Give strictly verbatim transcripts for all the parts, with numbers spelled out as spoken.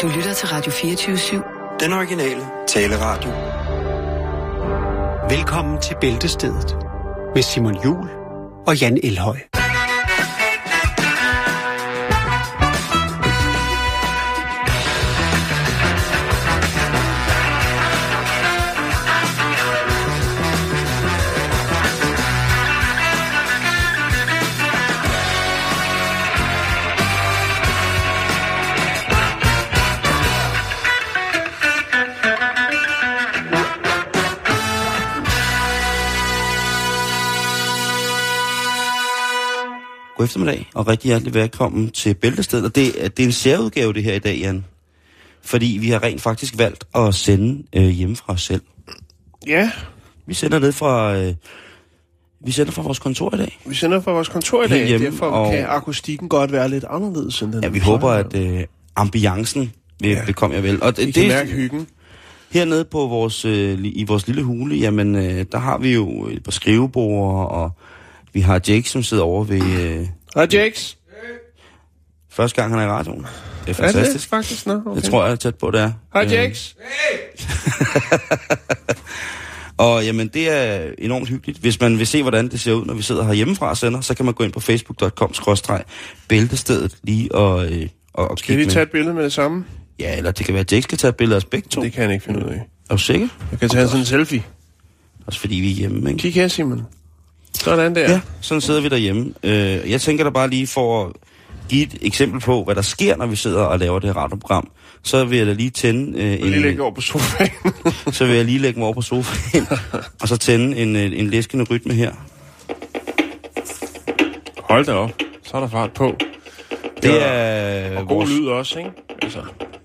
Du lytter til Radio fireogtyve syv. Den originale taleradio. Velkommen til Bæltestedet med Simon Juhl og Jan Elhøj. God eftermiddag, og rigtig hjertelig velkommen til Bæltestedet. Og det, det er en særudgave, det her i dag, Jan. Fordi vi har rent faktisk valgt at sende øh, hjemme fra os selv. Ja. Vi sender ned fra, øh, vi sender fra vores kontor i dag. Vi sender fra vores kontor i dag, hjemme, derfor og kan akustikken godt være lidt anderledes end den. Ja, vi håber, at øh, ambiancen vil, ja. vil komme jer vel. Og vi det, kan det, mærke hyggen. Hernede på vores, øh, i vores lille hule, jamen, øh, der har vi jo et par skrivebord, og vi har Jake, som sidder over ved... Øh, Hej, Jakes. Første gang, han er i radioen. Det er fantastisk. Er det faktisk? Nå, okay. Det tror jeg er tæt på, det er. Hej, Jakes. Og jamen, det er enormt hyggeligt. Hvis man vil se, hvordan det ser ud, når vi sidder her hjemmefra og sender, så kan man gå ind på facebook punktum com skråstreg bæltestedet lige og, øh, og, og Skal vi tage et billede med det samme? Ja, eller det kan være, at Jake skal tage et billede af os begge to. Det kan han ikke finde ud af. Er du sikker? Jeg kan tage sådan en selfie. Også fordi vi er hjemme, ikke? Kig her, Simon. Sådan der. Ja, sådan sidder vi derhjemme. Øh, jeg tænker da bare lige for at give et eksempel på, hvad der sker, når vi sidder og laver det her radioprogram. Så vil jeg da lige tænde... Øh, en, lige lægge over på sofaen. Så vil jeg lige lægge mig over på sofaen, og så tænde en, en læskende rytme her. Hold da op. Så er der fart på. Det ja, er... Og god vores... lyd også, ikke? Altså...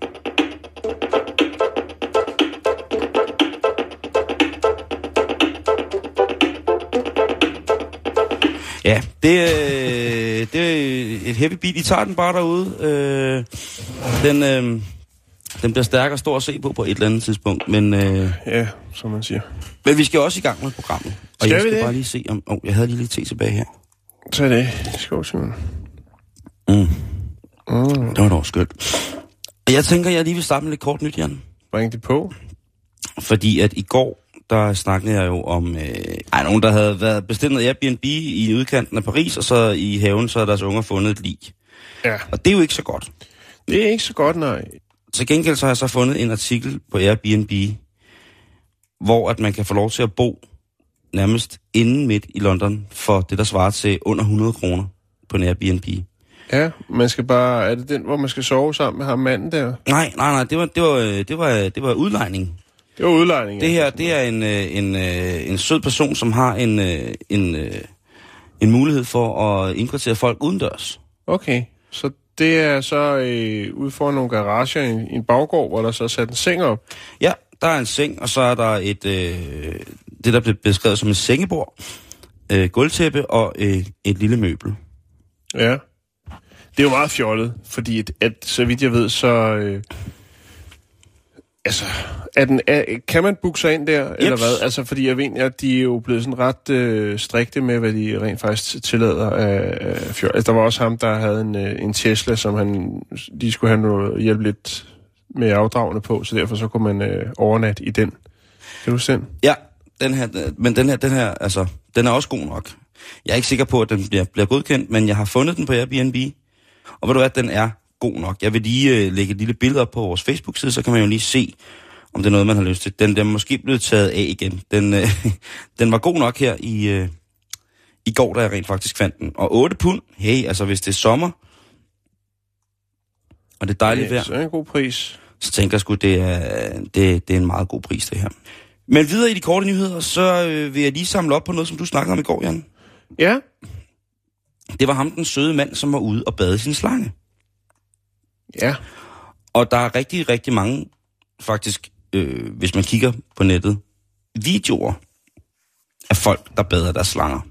Ja, det, øh, det er et heavy beat. I tager den bare derude. Øh, den, øh, den bliver stærk og stor at se på på et eller andet tidspunkt. Men, øh, ja, som man siger. Men vi skal også i gang med programmet. Og skal jeg skal vi det? bare lige se om... Åh, oh, jeg havde lige lidt te tilbage her. Så er det. Skål, Simon. Mm. Mm. Det var dog skønt. Jeg tænker, jeg lige vil starte med lidt kort nyt, Jan. Bring det på. Fordi at i går... der snakkede jeg jo om øh, ej, nogen, der havde været bestilt noget Airbnb i udkanten af Paris, og så i haven, så havde deres unger fundet et lig. Ja. Og det er jo ikke så godt. Det er ikke så godt, nej. Til gengæld så har jeg så fundet en artikel på Airbnb, hvor at man kan få lov til at bo nærmest inden midt i London for det, der svarer til under hundrede kroner på en Airbnb. Ja, man skal bare... Er det den, hvor man skal sove sammen med ham manden der? Nej, nej, nej, det var, det var, det var, det var udlejning. Det var udlejning, ja. Det her, det er en, en, en sød person, som har en, en, en mulighed for at indkvartere folk udendørs. Okay, så det er så øh, ude foran nogle garager i en, i en baggård, hvor der så er sat en seng op? Ja, der er en seng, og så er der et, øh, det, der bliver beskrevet som en sengebord, øh, gulvtæppe og øh, et lille møbel. Ja, det er jo meget fjollet, fordi at, at så vidt jeg ved, så... Øh, altså... Er den, er, kan man booke sig ind der, eller Jeps. hvad? Altså, fordi jeg ved, at de er jo blevet sådan ret øh, strikte med, hvad de rent faktisk tillader af, af fjol. Altså, der var også ham, der havde en, øh, en Tesla, som han, de skulle have noget hjælp lidt med afdragende på, så derfor så kunne man øh, overnatte i den. Kan du se den? Ja, den her, men den her, den her, altså, den er også god nok. Jeg er ikke sikker på, at den bliver, bliver godkendt, men jeg har fundet den på Airbnb, og ved du hvad, den er god nok. Jeg vil lige øh, lægge et lille billede op på vores Facebook-side, så kan man jo lige se, om det er noget, man har lyst til. Den, den er måske blevet taget af igen. Den, øh, den var god nok her i, øh, i går, da jeg rent faktisk fandt den. Og otte pund, hey, altså hvis det er sommer, og det er dejligt ja, vejr, så er en god pris. Så tænker jeg sgu, det er, det, det er en meget god pris, det her. Men videre i de korte nyheder, så øh, vil jeg lige samle op på noget, som du snakkede om i går, Jan. Ja. Det var ham, den søde mand, som var ude og bade sin slange. Ja. Og der er rigtig, rigtig mange, faktisk, øh, hvis man kigger på nettet, videoer af folk, der bader deres slanger.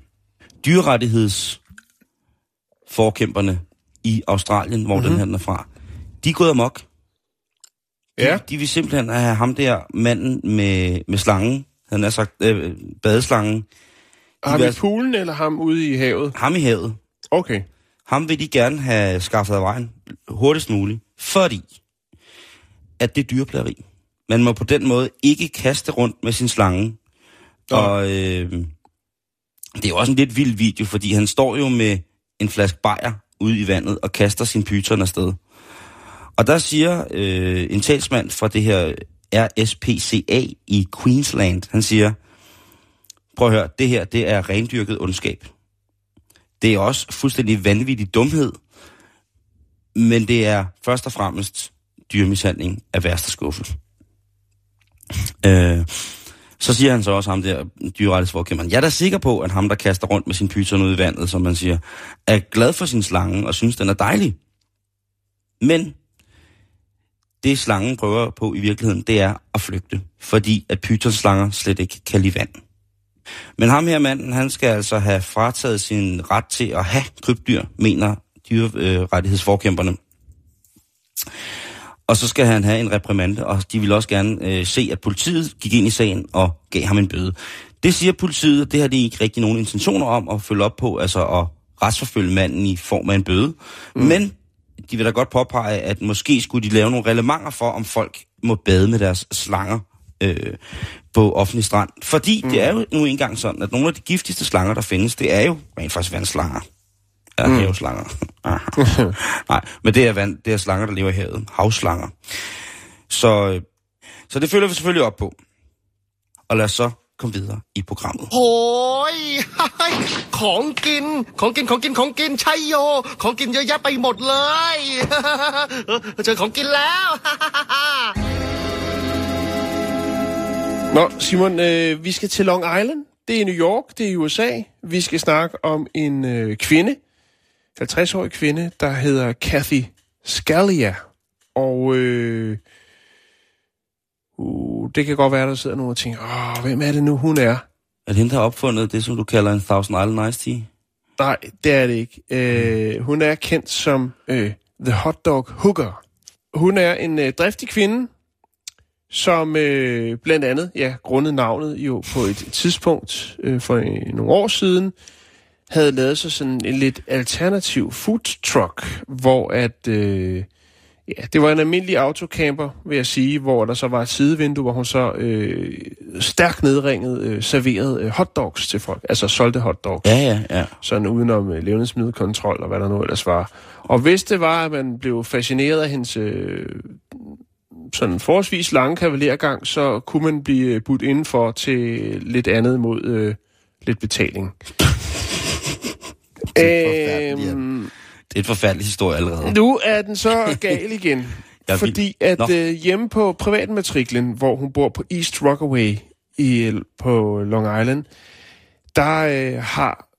Dyrerettighedsforkæmperne i Australien, hvor mm-hmm. den her er fra, de er gået amok. De, ja. de vil simpelthen have ham der, manden med, med slangen, han har sagt, øh, badeslangen. Ham i poolen, eller ham ude i havet? Ham i havet. Okay. Ham vil de gerne have skaffet af vejen hurtigst muligt, fordi at det er dyreplageri. Man må på den måde ikke kaste rundt med sin slange. Ja. Og øh, det er jo også en lidt vild video, fordi han står jo med en flaske bajer ude i vandet og kaster sin pyton afsted. Og der siger øh, en talsmand fra det her R S P C A i Queensland, han siger, prøv at høre, det her, det er rendyrket ondskab. Det er også fuldstændig vanvittig dumhed, men det er først og fremmest dyremishandling af værste skuffe. Øh, så siger han så også ham der, dyrerettighedsforkæmperen, jeg er da sikker på, at ham, der kaster rundt med sin pyton ud i vandet, som man siger, er glad for sin slange og synes, den er dejlig. Men det slangen prøver på i virkeligheden, det er at flygte, fordi at pytonslanger slet ikke kan lide vand. Men ham her manden, han skal altså have frataget sin ret til at have krybdyr, mener dyrerettighedsforkæmperne. Og så skal han have en reprimande, og de vil også gerne øh, se, at politiet gik ind i sagen og gav ham en bøde. Det siger politiet, at det har de ikke rigtig nogen intentioner om at følge op på, altså at retsforfølge manden i form af en bøde. Mm. Men de vil da godt påpege, at måske skulle de lave nogle reglementer for, om folk må bade med deres slanger øh, på offentlig strand. Fordi mm. det er jo nu engang sådan, at nogle af de giftigste slanger, der findes, det er jo rent faktisk vandslanger. Ja, mm. haveslanger. Nej, men det er, vand, det er slanger, der lever i havet. Havslanger. Så, så det følger vi selvfølgelig op på. Og lad os så komme videre i programmet. Hoi, hej, kongen, kongen, kongen, kongen, chayo, kongen, jeg er i mod løg. Så kongen lav. Nå, Simon, øh, vi skal til Long Island. Det er i New York, det er i U S A. Vi skal snakke om en øh, kvinde, halvtreds-årig kvinde, der hedder Kathy Scalia. Og øh, uh, det kan godt være, der sidder nogen og tænker, åh, hvem er det nu, hun er? Er det hende, der har opfundet det, som du kalder en Thousand Island Iced Tea? Nej, det er det ikke. Øh, hun er kendt som øh, The Hot Dog Hooker. Hun er en øh, driftig kvinde, som øh, blandt andet, ja, grundet navnet jo på et tidspunkt øh, for øh, nogle år siden, havde lavet sig sådan en lidt alternativ food truck, hvor at, øh, ja, det var en almindelig autocamper, vil jeg sige, hvor der så var et sidevindue, hvor hun så øh, stærkt nedringet øh, serverede øh, hotdogs til folk, altså solgte hotdogs. Ja, ja, ja. Sådan udenom øh, levnedsmiddelkontrol og hvad der nu ellers var. Og hvis det var, at man blev fascineret af hendes øh, sådan forholdsvis lange kavalergang, så kunne man blive budt indenfor til lidt andet mod øh, lidt betaling. Det er, æm... det er et forfærdeligt historie allerede. Nu er den så gal igen. Fordi at øh, hjemme på privatmatriklen, hvor hun bor på East Rockaway i, på Long Island, der øh, har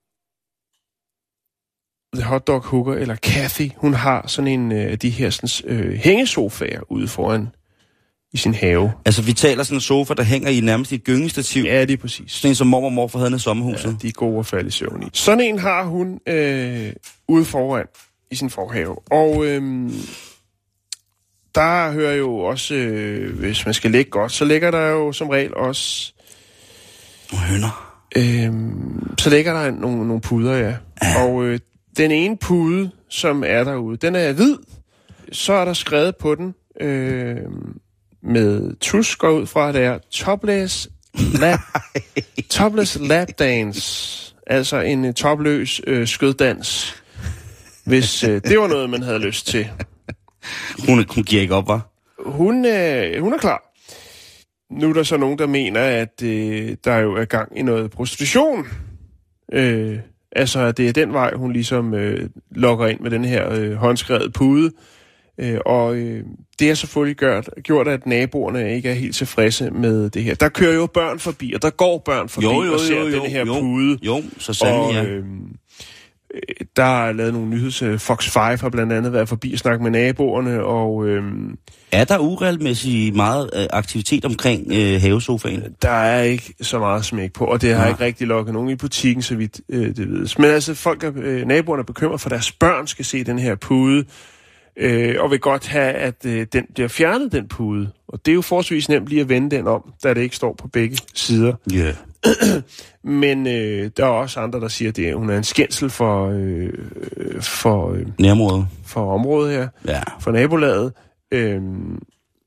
The Hot Dog Hooker, eller Kathy, hun har sådan en af øh, de her sådan, øh, hængesofaer ude foran i sin have. Altså, vi taler sådan en sofa, der hænger i nærmest et gyngestativ. Ja, det er præcis. Sådan en, som mormor og morfar havde i sommerhuset. Ja, de er gode at falde i søvn i. Sådan en har hun øh, ude foran i sin forhave. Og øh, der hører jo også, øh, hvis man skal lægge godt, så ligger der jo som regel også... Nogle høner. Øh, så ligger der nogle, nogle puder, ja. ja. Og øh, den ene pude, som er derude, den er hvid. Så er der skrevet på den... Øh, med tusk går ud fra, at det er topless lap, topless lap dance, altså en uh, topløs uh, skøddans, hvis uh, det var noget, man havde lyst til. Hun, hun giver ikke op, hva'? Hun, uh, hun er klar. Nu er der så nogen, der mener, at uh, der jo er gang i noget prostitution. Uh, altså, at det er den vej, hun ligesom uh, logger ind med den her uh, håndskrevet pude. Uh, og uh, det har selvfølgelig gjort, gjort, at naboerne ikke er helt tilfredse med det her. Der kører jo børn forbi, og der går børn forbi jo, jo, og ser jo, jo, den her jo, pude. Jo, så sandelig, ja. Øh, der er lavet nogle nyheder. Fox five har blandt andet været forbi og snakket med naboerne, og... Øh, er der uregelmæssigt meget øh, aktivitet omkring øh, havesofaen? Der er ikke så meget smæk på, og det har ja. ikke rigtig lukket nogen i butikken, så vidt øh, det vides. Men altså, folk er, øh, naboerne er bekymret for, at deres børn skal se den her pude, Øh, og vil godt have, at øh, den bliver fjernet, den pude. Og det er jo forholdsvis nemt lige at vende den om, da det ikke står på begge sider. Yeah. Men øh, der er også andre, der siger, at det er, hun er en skændsel for, øh, for, øh, nærområdet. For området her, ja. for nabolaget. Øh,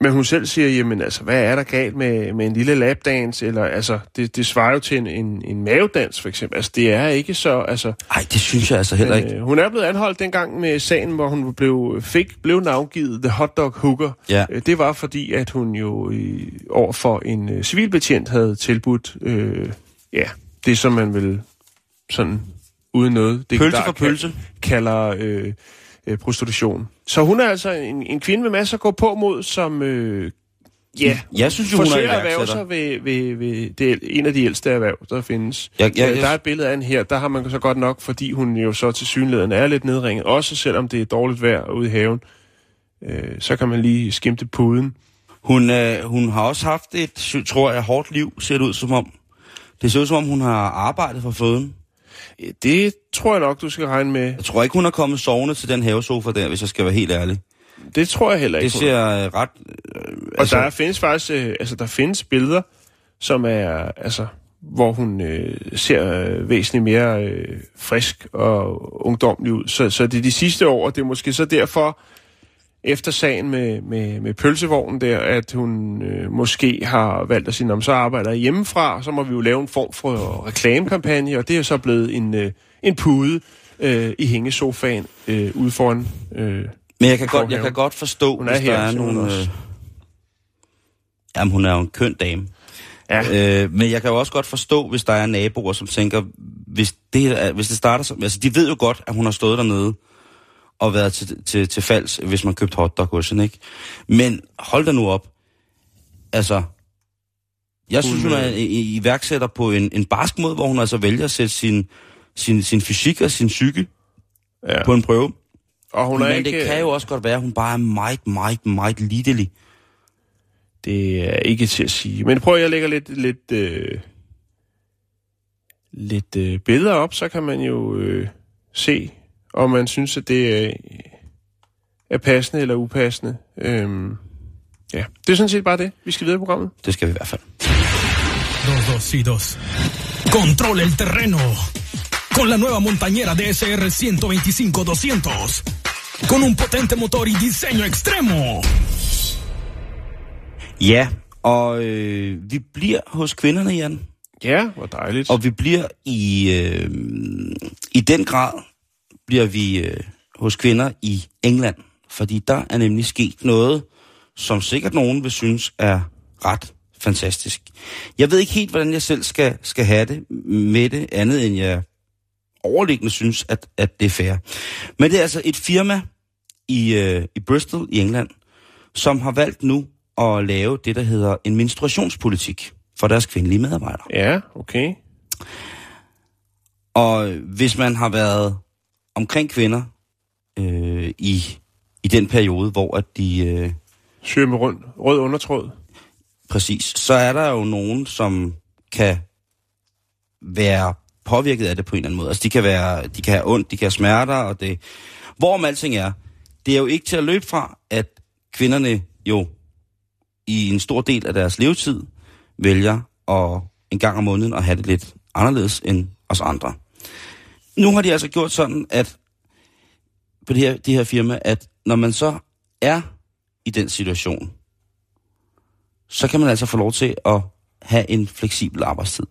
Men hun selv siger, jamen altså, hvad er der galt med, med en lille lapdance? Eller altså, det, det svarer jo til en, en, en mavedans, for eksempel. Altså, det er ikke så, altså... Ej, det synes jeg altså heller men, ikke. Øh, hun er blevet anholdt dengang med sagen, hvor hun blev, fik, blev navngivet The Hot Dog Hooker. Ja. Øh, det var fordi, at hun jo i, overfor en øh, civilbetjent havde tilbudt, øh, ja, det som man vil sådan uden noget... Det, pølse for pølse. Kalder... Øh, Øh, prostitution. Så hun er altså en, en kvinde med masser at gå på mod, som øh, ja, jeg synes jo, hun er forsøger at erhverve iværksætter. sig ved, ved, ved det, en af de ældste erhverv, der findes. Jeg, jeg, øh, jeg, der er et billede af hende her, der har man så godt nok, fordi hun jo så til synligheden er lidt nedringet, også selvom det er dårligt vejr ude i haven, øh, så kan man lige skimte puden. hun, øh, hun har også haft et, tror jeg, hårdt liv, ser det ud som om. Det ser ud som om, hun har arbejdet for føden. Det tror jeg nok, du skal regne med. Jeg tror ikke, hun er kommet sovende til den havesofa der, hvis jeg skal være helt ærlig. Det tror jeg heller ikke. Det ser øh, ret... Øh, Og altså, der findes faktisk, øh, altså der findes billeder, som er, altså, hvor hun øh, ser øh, væsentligt mere øh, frisk og ungdomlig ud. Så, så det er de sidste år, og det er måske så derfor, efter sagen med, med, med pølsevognen der, at hun øh, måske har valgt at sige, om så arbejder jeg hjemmefra, så må vi jo lave en form for reklamekampagne, og det er så blevet en, øh, en pude øh, i hængesofaen øh, ude foran. Øh, Men jeg kan, godt, jeg kan godt forstå, hun er hvis her, der er nogle... Øh, jamen, hun er jo en køn dame. Ja. Øh, men jeg kan jo også godt forstå, hvis der er naboer, som tænker, hvis det, hvis det starter som... Altså, de ved jo godt, at hun har stået dernede og været til, til, til falds, hvis man købte hotdog hos hende, ikke? Men hold da nu op. Altså, jeg synes, hun er i, iværksætter på en, en barsk måde, hvor hun altså vælger at sætte sin, sin, sin fysik og sin psyke ja. på en prøve. Og hun er Men ikke... det kan jo også godt være, at hun bare er meget, meget, meget lidelig. Det er ikke til at sige. Men prøv at jeg lægger lidt, lidt, øh, lidt øh, billeder op, så kan man jo øh, se, om man synes, at det øh, er passende eller upassende. Øhm, ja, det er sådan set bare det. Vi skal videre i programmet. Det skal vi i hvert fald. Dos, dos y dos. Control el terreno. Con la nueva montañera D S R ciento veinticinco doscientos. Con un potente motor y diseño extremo. Ja, og øh, vi bliver hos kvinderne, Jan. Ja, hvor dejligt. Og vi bliver i, øh, i den grad, bliver vi øh, hos kvinder i England. Fordi der er nemlig sket noget, som sikkert nogen vil synes er ret fantastisk. Jeg ved ikke helt, hvordan jeg selv skal, skal have det med det, andet end jeg overliggende synes, at, at det er fair. Men det er altså et firma i, øh, i Bristol i England, som har valgt nu at lave det, der hedder en menstruationspolitik for deres kvindelige medarbejdere. Ja, okay. Og hvis man har været omkring kvinder øh, i, i den periode, hvor at de... Øh, Syr med rød, rød undertråd. Præcis. Så er der jo nogen, som kan være påvirket af det på en eller anden måde. Altså, de kan, være, de kan have ondt, de kan have smerter, og det... Hvorom alting er, det er jo ikke til at løbe fra, at kvinderne jo i en stor del af deres levetid vælger at en gang om måneden at have det lidt anderledes end os andre. Nu har de altså gjort sådan, at på det her, det her firma, at når man så er i den situation, så kan man altså få lov til at have en fleksibel arbejdstid.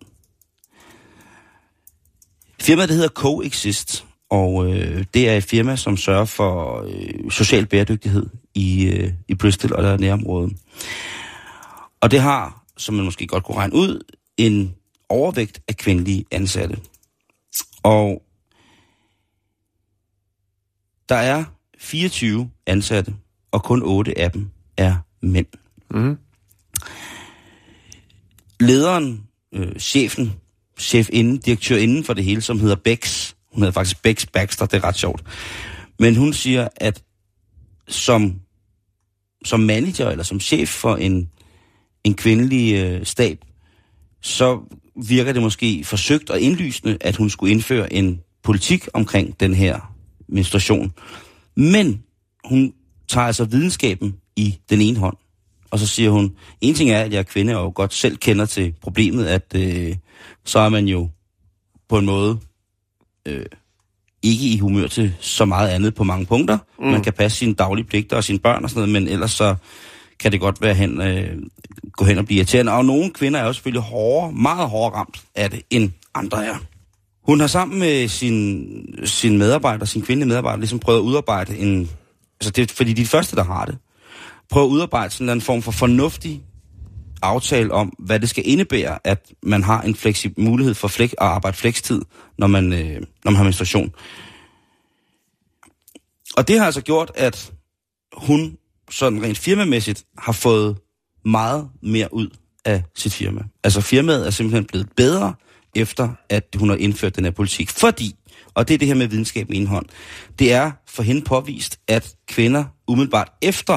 Firmaet, det hedder Coexist, og øh, det er et firma, som sørger for øh, social bæredygtighed i, øh, i Bristol og der nærområdet. Og det har, som man måske godt kunne regne ud, en overvægt af kvindelige ansatte. Og der er fireogtyve ansatte, og kun otte af dem er mænd. Mm. Lederen, øh, chefen, chefinden, direktørinden for det hele, som hedder Bex, hun hedder faktisk Bex Baxter, det er ret sjovt, men hun siger, at som, som manager eller som chef for en, en kvindelig øh, stab, så virker det måske forsøgt og indlysende, at hun skulle indføre en politik omkring den her menstruation. Men hun tager altså videnskaben i den ene hånd, og så siger hun, en ting er, at jeg er kvinde og godt selv kender til problemet, at øh, så er man jo på en måde øh, ikke i humør til så meget andet på mange punkter. Mm. Man kan passe sine daglige pligter og sine børn og sådan noget, men ellers så kan det godt være hen, øh, gå hen og blive irriterende. Og nogle kvinder er jo selvfølgelig hårdere, meget hårdere ramt af det, end andre er. Hun har sammen med sin, sin medarbejder, sin kvindelige medarbejder, ligesom prøvet at udarbejde en... Altså det er fordi de er de første, der har det. Prøve at udarbejde sådan en form for fornuftig aftale om, hvad det skal indebære, at man har en flexi- mulighed for flex- at arbejde flekstid, når man, øh, når man har menstruation. Og det har altså gjort, at hun sådan rent firmamæssigt har fået meget mere ud af sit firma. Altså firmaet er simpelthen blevet bedre, efter at hun har indført den her politik. Fordi, og det er det her med videnskab med indhold, det er for hende påvist, at kvinder umiddelbart efter,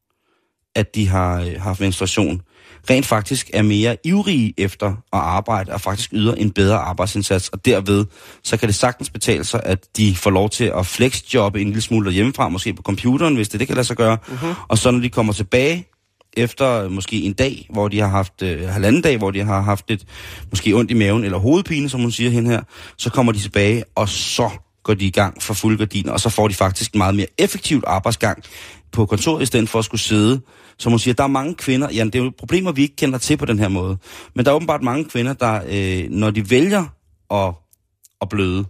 at de har øh, haft menstruation, rent faktisk er mere ivrige efter at arbejde, og faktisk yder en bedre arbejdsindsats, og derved, så kan det sagtens betale sig, at de får lov til at flexjobbe en lille smule hjemmefra, måske på computeren, hvis det, det kan lade sig gøre, uh-huh. Og så når de kommer tilbage, efter måske en dag, hvor de har haft, øh, halvanden dag, hvor de har haft lidt, måske ondt i maven, eller hovedpine, som hun siger hende her, så kommer de tilbage, og så går de i gang for fulde gardiner, og så får de faktisk en meget mere effektivt arbejdsgang på kontoret, i stedet for at skulle sidde. Som hun siger, der er mange kvinder, ja, det er jo problemer, vi ikke kender til på den her måde, men der er åbenbart mange kvinder, der, øh, når de vælger at, at bløde,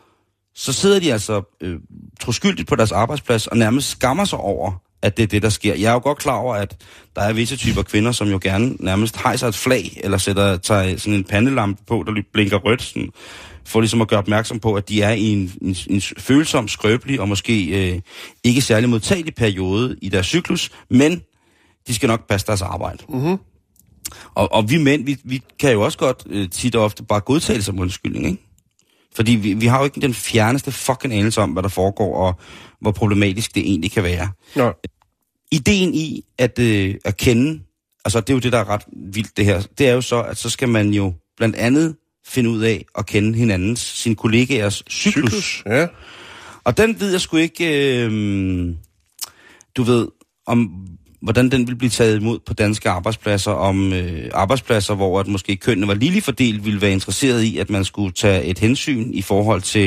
så sidder de altså øh, troskyldigt på deres arbejdsplads, og nærmest skammer sig over, at det er det, der sker. Jeg er jo godt klar over, at der er visse typer kvinder, som jo gerne nærmest hejser et flag, eller sætter tager sådan en pandelampe på, der blinker rødt, sådan, for ligesom at gøre opmærksom på, at de er i en, en, en følsom, skrøbelig og måske øh, ikke særlig modtagelig periode i deres cyklus, men de skal nok passe deres arbejde. Mm-hmm. Og, og vi mænd, vi, vi kan jo også godt øh, tit og ofte bare godtage det som undskyldning, ikke? Fordi vi, vi har jo ikke den fjerneste fucking anelse om, hvad der foregår, og hvor problematisk det egentlig kan være. Ja. Ideen i at, øh, at kende, altså det er jo det, der er ret vildt det her, det er jo så, at så skal man jo blandt andet finde ud af at kende hinandens, sine kollegaers cyklus. cyklus ja. Og den ved jeg sgu ikke, øh, du ved, om hvordan den vil blive taget imod på danske arbejdspladser, om øh, arbejdspladser, hvor at måske kønnene var ligeligt fordelt, ville være interesseret i, at man skulle tage et hensyn i forhold til,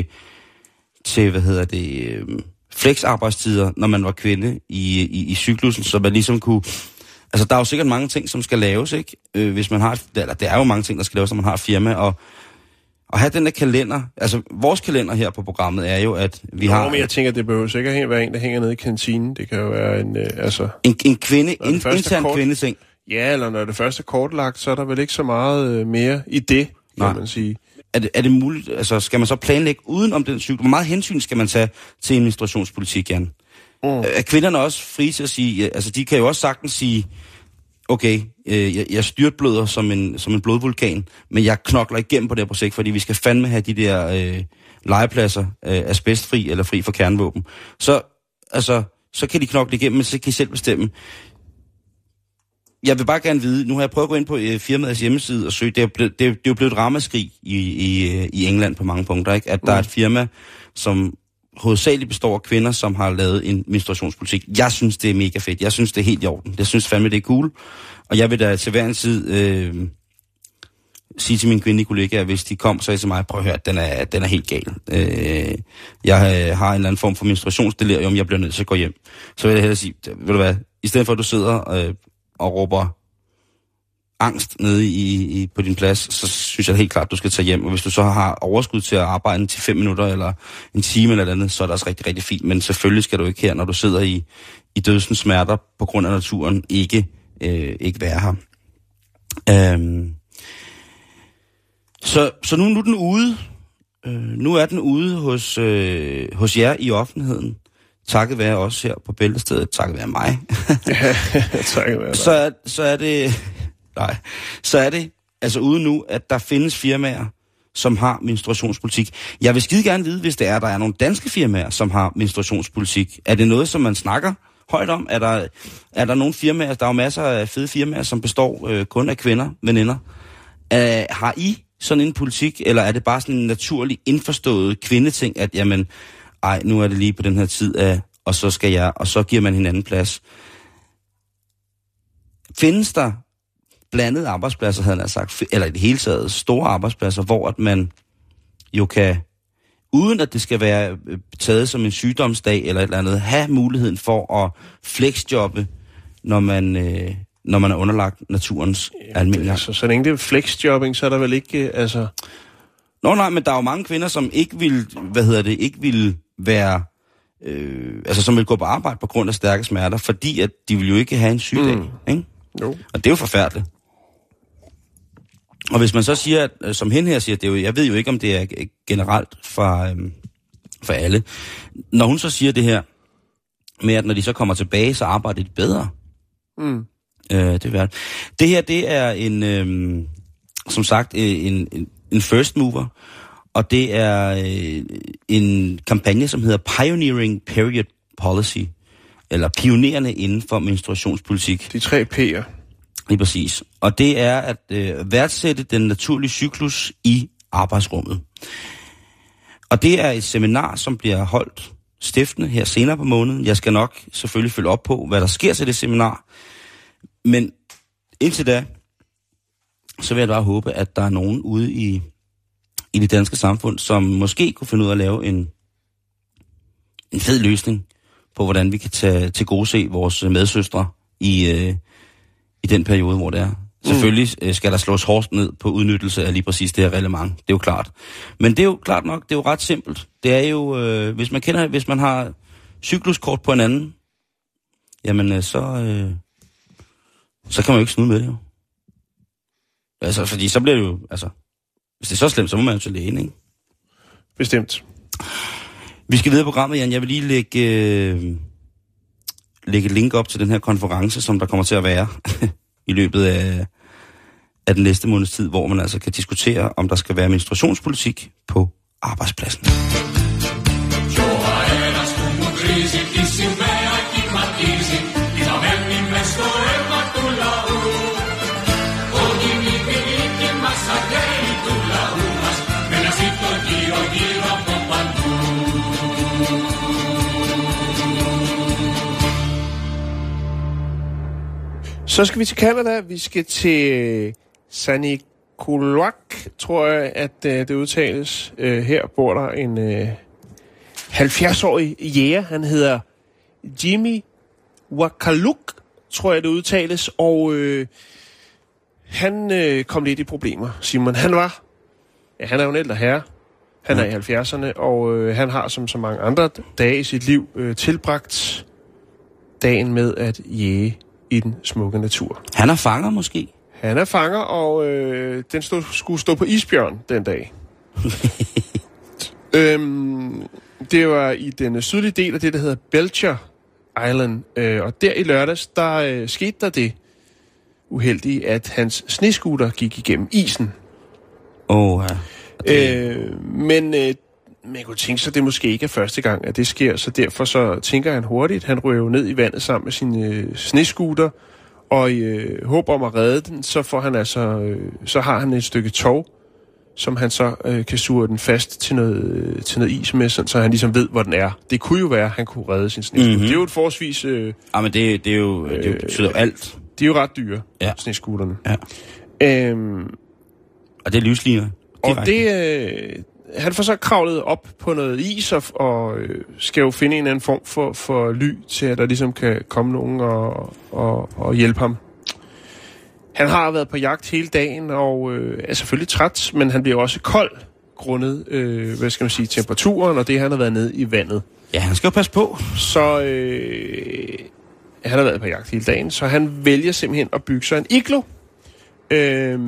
til hvad hedder det, øh, flexarbejdstider, når man var kvinde i, i, i cyklusen, så man ligesom kunne... Altså, der er jo sikkert mange ting, som skal laves, ikke? Øh, hvis man har... Eller, der er jo mange ting, der skal laves, når man har et firma, og at have den der kalender... Altså, vores kalender her på programmet er jo, at vi Nå, har... men jeg tænker, det behøver sikkert helt være en, der hænger nede i kantinen. Det kan jo være en... Øh, altså... En, en kvinde, en intern kort... kvindeting. Ja, eller når det første er kortlagt, så er der vel ikke så meget øh, mere i det, kan Nej. man sige. Er det, er det muligt, altså skal man så planlægge uden om den cyklus? Hvor meget hensyn skal man tage til en menstruationspolitik, Jan? Mm. Er kvinderne også frie til at sige, altså de kan jo også sagtens sige, okay, øh, jeg, jeg styrtbløder som en, som en blodvulkan, men jeg knokler igennem på det her projekt, fordi vi skal fandme have de der øh, legepladser øh, asbestfri eller fri for kernevåben. Så, altså, så kan de knokle igennem, men så kan de selv bestemme. Jeg vil bare gerne vide, nu har jeg prøvet at gå ind på øh, firmaets hjemmeside og søge, det er, blevet, det, er, det er jo blevet et ramaskrig i, i, i England på mange punkter, ikke? At mm. der er et firma, som hovedsageligt består af kvinder, som har lavet en menstruationspolitik. Jeg synes, det er mega fedt. Jeg synes, det er helt i orden. Jeg synes fandme, det er cool. Og jeg vil da til hver en tid øh, sige til mine kvindelige kollegaer, hvis de kom, så til mig, prøv at høre, den er, den er helt gal. Øh, jeg øh, har en eller anden form for menstruationsdelirium, jeg bliver nødt til at gå hjem. Så vil jeg hellere sige, ved du hvad, i stedet for at du sidder øh, og råber angst nede i, i, på din plads, så synes jeg helt klart, at du skal tage hjem. Og hvis du så har overskud til at arbejde til fem minutter, eller en time eller andet, så er det også rigtig, rigtig fint. Men selvfølgelig skal du ikke her, når du sidder i, i dødsens smerter på grund af naturen, ikke, øh, ikke være her. Øhm. Så, så nu, nu er den ude. Øh, nu er den ude hos, øh, hos jer i offentligheden. Takket være os her på Bæltestedet, takket være mig. takket være dig. Så er, så er det... Nej, så er det altså ude nu, at der findes firmaer, som har menstruationspolitik. Jeg vil skide gerne vide, hvis det er, der er nogle danske firmaer, som har menstruationspolitik. Er det noget, som man snakker højt om? Er der, er der nogle firmaer, der er jo masser af fede firmaer, som består øh, kun af kvinder, veninder. Øh, har I sådan en politik, eller er det bare sådan en naturlig indforstået kvindeting, at jamen, ej, nu er det lige på den her tid af, og så skal jeg, og så giver man hinanden plads. Findes der blandede arbejdspladser, havde jeg sagt, eller i det hele taget store arbejdspladser, hvor at man jo kan, uden at det skal være taget som en sygdomsdag eller et eller andet, have muligheden for at flexjobbe når man, øh, når man er underlagt naturens ja, almindelige. Altså, så længe det er flexjobbing, så er der vel ikke, øh, altså... Nå nej, men der er jo mange kvinder, som ikke vil, hvad hedder det, ikke vil være, øh, altså som vil gå på arbejde på grund af stærke smerter, fordi at de vil jo ikke have en sygdag, mm. ikke? Jo. Og det er jo forfærdeligt. Og hvis man så siger, at, som hende her siger, det er jo, jeg ved jo ikke, om det er generelt for, øhm, for alle. Når hun så siger det her, med at når de så kommer tilbage, så arbejder de bedre. Mm. Øh, det er værd. Det her, det er en, øhm, som sagt, en, en, en first mover, og det er øh, en kampagne, som hedder Pioneering Period Policy, eller pionerende inden for menstruationspolitik. De tre P'er. Lige præcis. Og det er at øh, værdsætte den naturlige cyklus i arbejdsrummet. Og det er et seminar, som bliver holdt stiftende her senere på måneden. Jeg skal nok selvfølgelig følge op på, hvad der sker til det seminar. Men indtil da, så vil jeg bare håbe, at der er nogen ude i, i det danske samfund, som måske kunne finde ud af at lave en, en fed løsning på, hvordan vi kan tage til gode se vores medsøstre i, øh, i den periode, hvor det er. Mm. Selvfølgelig øh, skal der slås hårdt ned på udnyttelse af lige præcis det her reglement. Det er jo klart. Men det er jo klart nok, det er jo ret simpelt. Det er jo, øh, hvis man kender, hvis man har cykluskort på en anden, jamen øh, så, øh, så kan man jo ikke snyde med det jo. Altså, fordi så bliver det jo, altså, hvis det er så slemt, så må man jo til lægen, ikke? Bestemt. Vi skal videre på programmet, Jan. Jeg vil lige lægge, øh, lægge et link op til den her konference, som der kommer til at være i løbet af, af den næste måneds tid, hvor man altså kan diskutere, om der skal være menstruationspolitik på arbejdspladsen. Så skal vi til Canada. Vi skal til Saniquelluaq, tror jeg, at uh, det udtales. Uh, her bor der en uh, halvfjerds-årig jæger. Han hedder Jimmy Wakaluk, tror jeg, det udtales. Og uh, han uh, kom lidt i problemer, Simon. Han var, ja, han er jo en ældre herre. Han er i halvfjerdserne, og uh, han har som så mange andre dage i sit liv uh, tilbragt dagen med at jæge i den smukke natur. Han er fanger måske? Han er fanger, og øh, den stod, skulle stå på isbjørn den dag. øhm, det var i den sydlige del af det, der hedder Belcher Island. Øh, og der i lørdags, der øh, skete der det uheldige, at hans snescooter gik igennem isen. Åh, oh, ja. Okay. Øh, men øh, man kunne tænke sig, at det måske ikke er første gang, at det sker, så derfor så tænker han hurtigt. Han ryger jo ned i vandet sammen med sin øh, snescooter, og i øh, håb om at redde den, så får han altså, øh, så har han et stykke tov, som han så øh, kan sure den fast til noget, øh, til noget is med, så han ligesom ved, hvor den er. Det kunne jo være, at han kunne redde sin snescooter. Mm-hmm. Det er jo et forholdsvis... Øh, ja, men det, det er jo, det, det betyder øh, alt. De er jo ret dyre, ja. Snescooterne. Ja. Øhm, og det er livsliner. Og det... Øh, han får så kravlet op på noget is, og, og øh, skal jo finde en eller anden form for, for ly, til at der ligesom kan komme nogen og, og, og hjælpe ham. Han har været på jagt hele dagen, og øh, er selvfølgelig træt, men han bliver også kold, grundet, øh, hvad skal man sige, temperaturen, og det, han har været nede i vandet. Ja, han skal jo passe på. Så øh, han har været på jagt hele dagen, så han vælger simpelthen at bygge sig en iglo. Øh,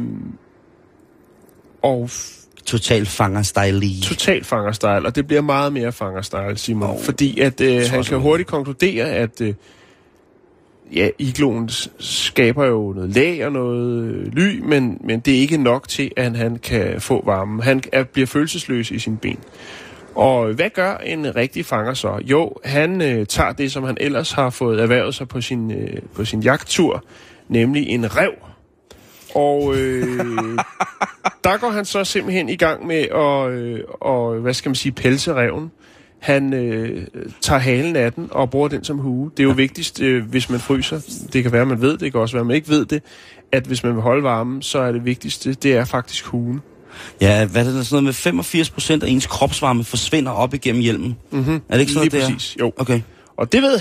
og... Total fanger-style. Total fanger-style, og det bliver meget mere fanger-style, Simon. Oh, fordi at øh, han kan hurtigt konkludere, at øh, ja, igloen skaber jo noget lag og noget øh, ly, men, men det er ikke nok til, at han kan få varme. Han er, bliver følelsesløs i sine ben. Og hvad gør en rigtig fanger så? Jo, han øh, tager det, som han ellers har fået erhvervet sig på sin, øh, på sin jagttur, nemlig en ræv. Og øh, der går han så simpelthen i gang med at, øh, og, hvad skal man sige, pelse ræven. Han øh, tager halen af den og bruger den som hue. Det er jo vigtigst, øh, hvis man fryser. Det kan være, man ved det. Det kan også være, man ikke ved det. At hvis man vil holde varmen, så er det vigtigste, det er faktisk huen. Ja, hvad er det sådan noget med femogfirs procent af ens kropsvarme forsvinder op igennem hjelmen? Mm-hmm. Er det ikke sådan Lige noget, præcis, jo. Okay. Og det ved han.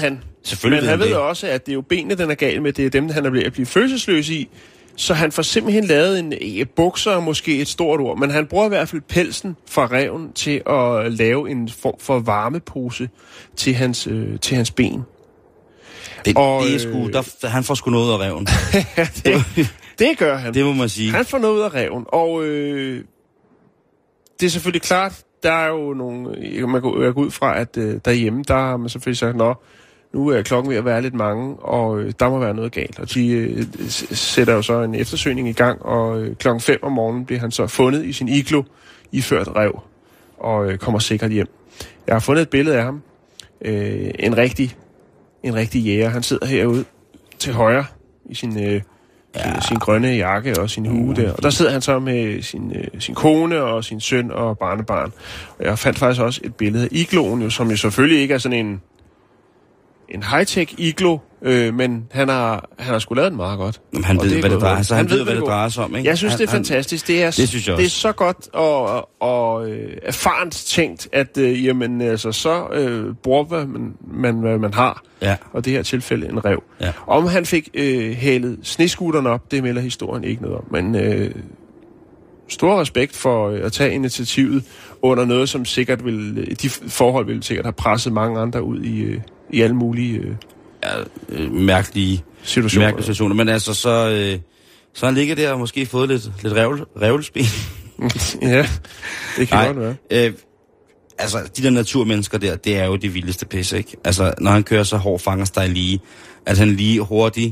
Selvfølgelig Men han ved det. også, at det er jo benene, den er gal med. Det er dem, han er ved at blive følelsesløs i. Så han får simpelthen lavet en eh, bukser, måske et stort ord, men han bruger i hvert fald pelsen fra ræven til at lave en form for varmepose til hans, øh, til hans ben. Det, og, det er sgu, der, han får sgu noget af ræven. det, det gør han. Det må man sige. Han får noget af ræven, og øh, det er selvfølgelig klart, der er jo nogle... Man går, jeg går ud fra, at øh, derhjemme, der har man selvfølgelig sagt, nå, nu er klokken ved at være lidt mange, og øh, der må være noget galt. Og de øh, sætter jo så en eftersøgning i gang, og øh, klokken fem om morgenen bliver han så fundet i sin iglo, iført ræv, og øh, kommer sikkert hjem. Jeg har fundet et billede af ham. Øh, en rigtig, en rigtig jæger. Han sidder herude til højre i sin, øh, ja. sin grønne jakke og sin hue der. Og der sidder han så med sin, øh, sin kone og sin søn og barnebarn. Og jeg fandt faktisk også et billede af igloen, jo, som jo selvfølgelig ikke er sådan en... en high-tech iglo, øh, men han har, han har sgu lavet den meget godt. Jamen, han ved, det hvad det drejer sig. Han, han ved, hvad det går. drejer sig om, ikke? Jeg synes, han, det er fantastisk. Det er, det synes jeg også. Det er så godt og, og øh, erfarent tænkt, at øh, jamen, altså, så øh, bruger man, man, hvad man har. Ja. Og det her tilfælde en ræv. Ja. Om han fik øh, hælet snescooteren op, det melder historien ikke noget om. Men øh, stor respekt for øh, at tage initiativet under noget, som sikkert vil, de forhold ville sikkert have presset mange andre ud i... Øh, i alle mulige øh, ja, øh, mærkelige, situationer. mærkelige situationer. Men altså, så, øh, så han ligger der og måske fået lidt, lidt revl, revlespil. Ja, det kan godt være. Øh, altså, de der naturmennesker der, det er jo det vildeste pis, ikke? Altså, når han kører så hård fangersteg lige, at han lige hurtigt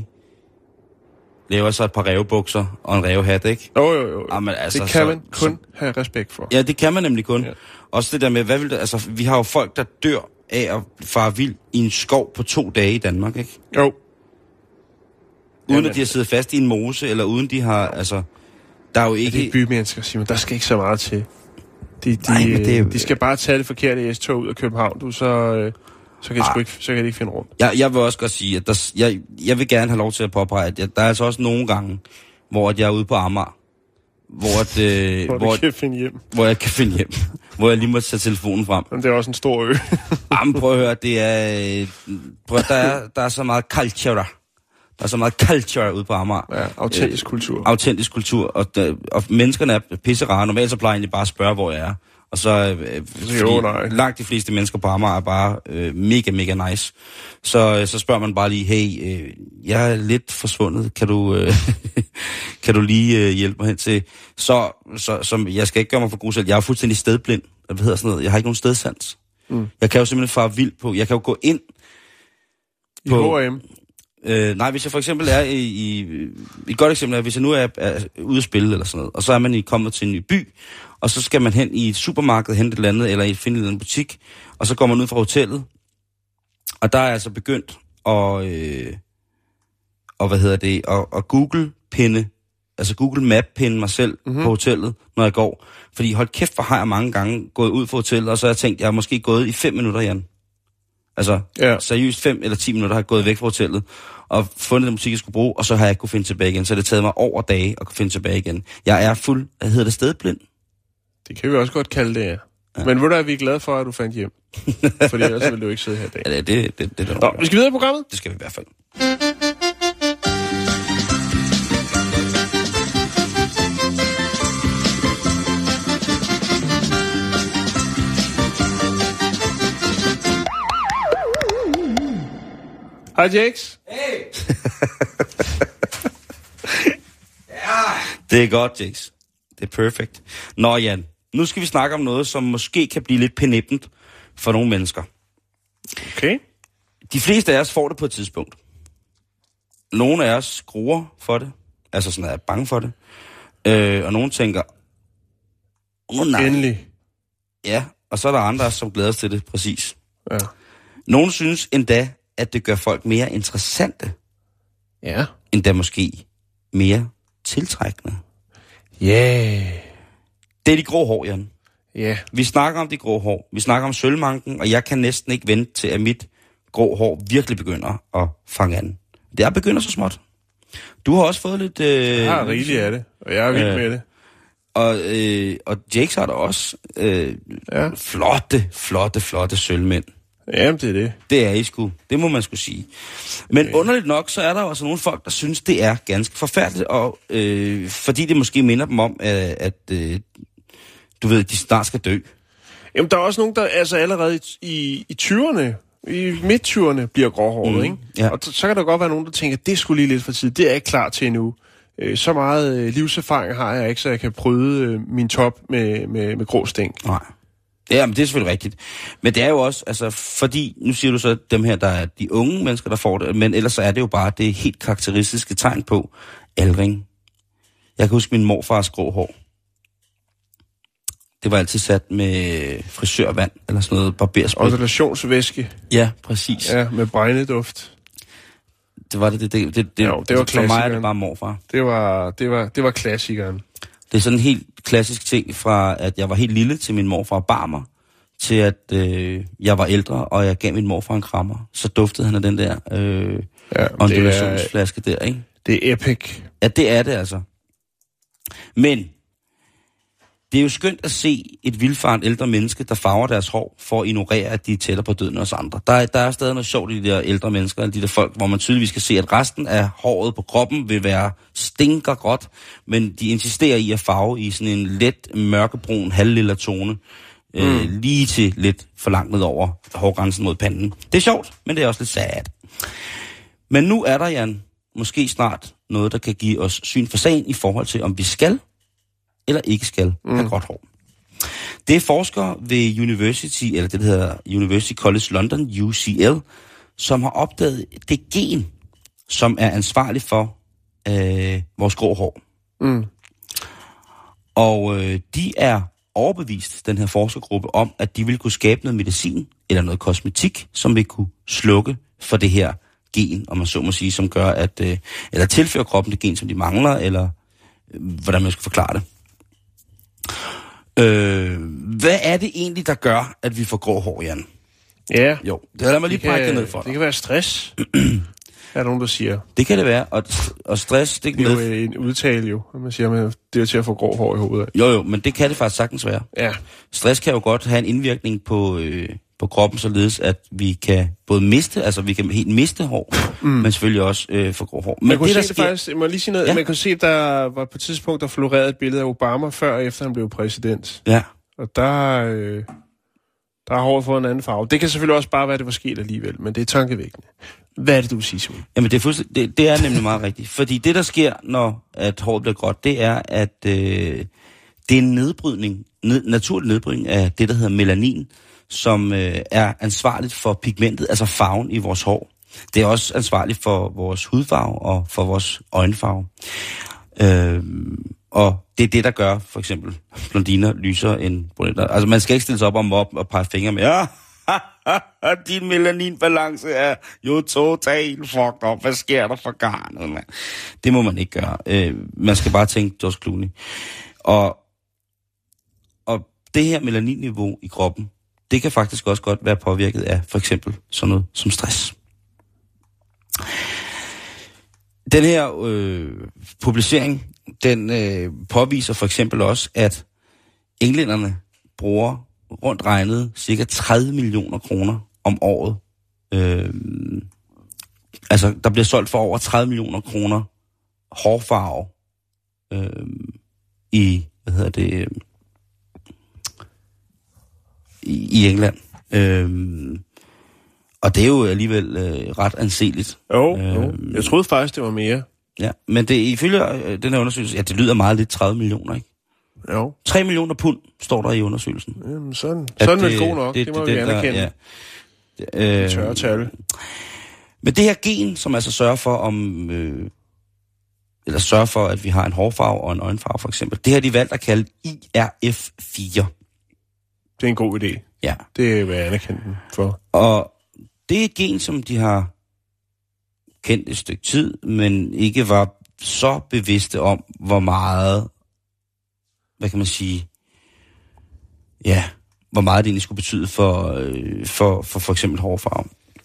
laver sig et par revbukser og en revhat, ikke? Jo, jo, jo. Jamen, altså, det kan så, man kun så, have respekt for. Ja, det kan man nemlig kun. Ja. Også det der med, hvad vil det, altså, vi har jo folk, der dør af at fare vild i en skov på to dage i Danmark, ikke? Jo. Uden Jamen, at de har siddet fast i en mose, eller uden de har, altså... Der er jo ikke... Ja, det er bymennesker, Simon. Der skal ikke så meget til. De, de, Nej, men det er jo... de skal bare tage det forkerte S-tog ud af København, du, så, øh, så, kan de sgu ikke, så kan de ikke finde rundt. Jeg, jeg vil også godt sige, at der, jeg, jeg vil gerne have lov til at påpege, at jeg, der er altså også nogle gange, hvor at jeg er ude på Amager, hvor, at, øh, hvor, hvor, kan finde hjem. hvor jeg kan finde hjem, hvor jeg lige må tage telefonen frem. Men det er også en stor ø. Jamen prøv at høre, det er, prøv, der, er, der er så meget culture. Der er så meget culture ude på Amager. Ja, autentisk øh, kultur. Autentisk kultur, og, der, og menneskerne er pisserare. Normalt så plejer jeg egentlig bare at spørge, hvor jeg er. Og så øh, jo, nej. langt de fleste mennesker på Amager er bare øh, mega, mega nice. Så, øh, så spørger man bare lige, hey, øh, jeg er lidt forsvundet, kan du, øh, kan du lige øh, hjælpe mig hen til? Så, så som, jeg skal ikke gøre mig for god selv, jeg er fuldstændig stedblind. Hvad hedder sådan noget? Jeg har ikke nogen stedsans. Mm. Jeg kan jo simpelthen fare vild på, jeg kan jo gå ind på... I H og M? Øh, nej, hvis jeg for eksempel er i, i... Et godt eksempel er, hvis jeg nu er, er ude at spille eller sådan noget, og så er man i, kommet til en ny by, og så skal man hen i et supermarked, hente et eller andet, eller i finde en butik, og så går man ud fra hotellet, og der er jeg altså begyndt at... Øh, og hvad hedder det? At, at Google-pinde, altså Google Map-pinde mig selv mm-hmm. på hotellet, når jeg går. Fordi hold kæft, hvor har jeg mange gange gået ud fra hotellet, og så har jeg tænkt, jeg har måske gået i fem minutter, Jan. Altså, ja. Seriøst fem eller ti minutter har jeg gået væk fra hotellet, og fundet den musik, jeg skulle bruge, og så har jeg ikke kunne finde tilbage igen. Så det har taget mig over dage at kunne finde tilbage igen. Jeg er fuld, hvad hedder det, stedblind? Det kan vi også godt kalde det, ja. Ja. Men hvor er vi glade for, at du fandt hjem? Fordi ellers ville du ikke sidde her i dag. Ja, det, det, det, det, det Nå, vi skal videre i programmet? Det skal vi i hvert fald. Hej, Jakes. Hey! Ja! Det er godt, Jakes. Det er perfekt. Nå, Jan, nu skal vi snakke om noget, som måske kan blive lidt penibelt for nogle mennesker. Okay. De fleste af os får det på et tidspunkt. Nogle af os skruer for det. Altså sådan er bange for det. Øh, og nogle tænker... Oh, nej. Endelig. Ja, og så er der andre, som glæder sig til det, præcis. Ja. Nogle synes endda, at det gør folk mere interessante. Ja. Endda måske mere tiltrækkende. Ja. Yeah. Det er de grå hår, Jan. Ja. Yeah. Vi snakker om de grå hår. Vi snakker om sølvmanken, og jeg kan næsten ikke vente til, at mit grå hår virkelig begynder at fange an. Det er begynder så småt. Du har også fået lidt... Øh, jeg har rigeligt af det, og jeg er vild øh, med det. Og, øh, og Jakes har der også øh, ja. flotte, flotte, flotte sølvmænd. Jamen, det er det. Det er I sgu. Det må man sgu sige. Men okay. Underligt nok, så er der også nogle folk, der synes, det er ganske forfærdeligt, og øh, fordi det måske minder dem om, at, at øh, du ved, de snart skal dø. Jamen, der er også nogen, der altså allerede i, i, i tyverne, i midt-tyverne, bliver gråhåret, mm, ikke? Ja. Og så, så kan der godt være nogen, der tænker, det skulle lige lidt for tid. Det er jeg ikke klar til endnu. Øh, så meget øh, livserfaring har jeg ikke, så jeg kan bryde øh, min top med, med, med grå stænk. Nej. Ja, men det er selvfølgelig rigtigt. Men det er jo også, altså, fordi, nu siger du så, dem her, der er de unge mennesker, der får det, men ellers så er det jo bare det helt karakteristiske tegn på aldring. Jeg kan huske min morfars grå hår. Det var altid sat med frisørvand, eller sådan noget barberspray. Oscillationsvæske. Ja, præcis. Ja, med brændeduft. Det var det, det, det, det, jo, det var for mig er det bare morfar. Det var, det var, det var klassikeren. Det er sådan en helt klassisk ting fra, at jeg var helt lille, til min morfar bar mig, til at øh, jeg var ældre, og jeg gav min morfar en krammer. Så duftede han af den der øh, ja, ondulationsflaske der, ikke? Det er epic. Ja, det er det altså. Men det er jo skønt at se et vildfarent ældre menneske, der farver deres hår for at ignorere, at de er tættere på døden os andre. Der er, der er stadig noget sjovt i de der ældre mennesker, de der folk, hvor man tydeligvis kan se, at resten af håret på kroppen vil være stinkergråt, men de insisterer i at farve i sådan en let mørkebrun, halvlilla tone, mm. øh, lige til lidt for langt ned over hårgrænsen mod panden. Det er sjovt, men det er også lidt sad. Men nu er der, Jan, måske snart noget, der kan give os syn for sagen i forhold til, om vi skal eller ikke skal have mm. gråt hår. Det er forskere ved University, eller det der hedder University College London, U C L, som har opdaget det gen, som er ansvarlig for øh, vores grå hår. Mm. Og øh, de er overbevist, den her forskergruppe, om, at de vil kunne skabe noget medicin eller noget kosmetik, som vil kunne slukke for det her gen, om man så må sige, som gør, at øh, eller tilfører kroppen det gen, som de mangler, eller øh, hvordan man skal forklare det. Øh, hvad er det egentlig, der gør, at vi får grå hår, Jan? Ja. Jo, det lader mig lige brække ned for dig. Det kan være stress. Er der nogen, der siger. Det kan det være, og, og stress... Det, det er med... jo en udtale jo, man siger, at det er til at få grå hår i hovedet. Jo, jo, men det kan det faktisk sagtens være. Ja. Stress kan jo godt have en indvirkning på, øh, på kroppen, således at vi kan både miste, altså vi kan helt miste hår, mm. men selvfølgelig også øh, få grå hår. Men man kunne det, se der det sker... faktisk, jeg må lige sige noget, ja. Man kunne se, at der var på et tidspunkt, der florerede et billede af Obama, før og efter han blev præsident. Ja. Og der, øh, der har håret fået en anden farve. Det kan selvfølgelig også bare være, det var sket alligevel, men det er tankevækkende. Hvad er det, du siger, Simon? Jamen, det er, det, det er nemlig meget rigtigt. Fordi det, der sker, når at håret bliver gråt, det er, at øh, det er en nedbrydning, ned, naturlig nedbrydning af det, der hedder melanin, som øh, er ansvarligt for pigmentet, altså farven i vores hår. Det er også ansvarligt for vores hudfarve og for vores øjenfarve. Øh, og det er det, der gør, for eksempel, blondiner lyser end brunetter. Altså, man skal ikke stille sig op og op og pege fingre med, ja, din melaninbalance er jo totalt fucked up. Hvad sker der for garnet, mand? Det må man ikke gøre. Øh, man skal bare tænke George Clooney. Og, og det her melaninniveau i kroppen, det kan faktisk også godt være påvirket af for eksempel sådan noget som stress. Den her øh, publicering, den øh, påviser for eksempel også, at englænderne bruger rundt regnet cirka tredive millioner kroner om året. Øh, altså, der bliver solgt for over tredive millioner kroner hårfarve øh, i, hvad hedder det, øh, i, i England. Øh, og det er jo alligevel øh, ret anseligt. Jo, øh, jo, jeg troede faktisk, det var mere. Ja, men det ifølge øh, den her undersøgelse, ja, det lyder meget lidt tredive millioner, ikke? Jo. tre millioner pund står der i undersøgelsen. Jamen, sådan, sådan er det god nok. Det, det, det må det, vi anerkende. Der, ja. Øh, tørre tal. Men det her gen, som altså sørger for, om, øh, eller sørger for, at vi har en hårfarve og en øjenfarve, for eksempel, det har de valgt at kalde I R F fire. Det er en god idé. Ja. Det vil jeg anerkende den for. Og det er et gen, som de har kendt et stykke tid, men ikke var så bevidste om, hvor meget, hvad kan man sige, ja, hvor meget det egentlig skulle betyde for øh, for, for, for eksempel hårfarve.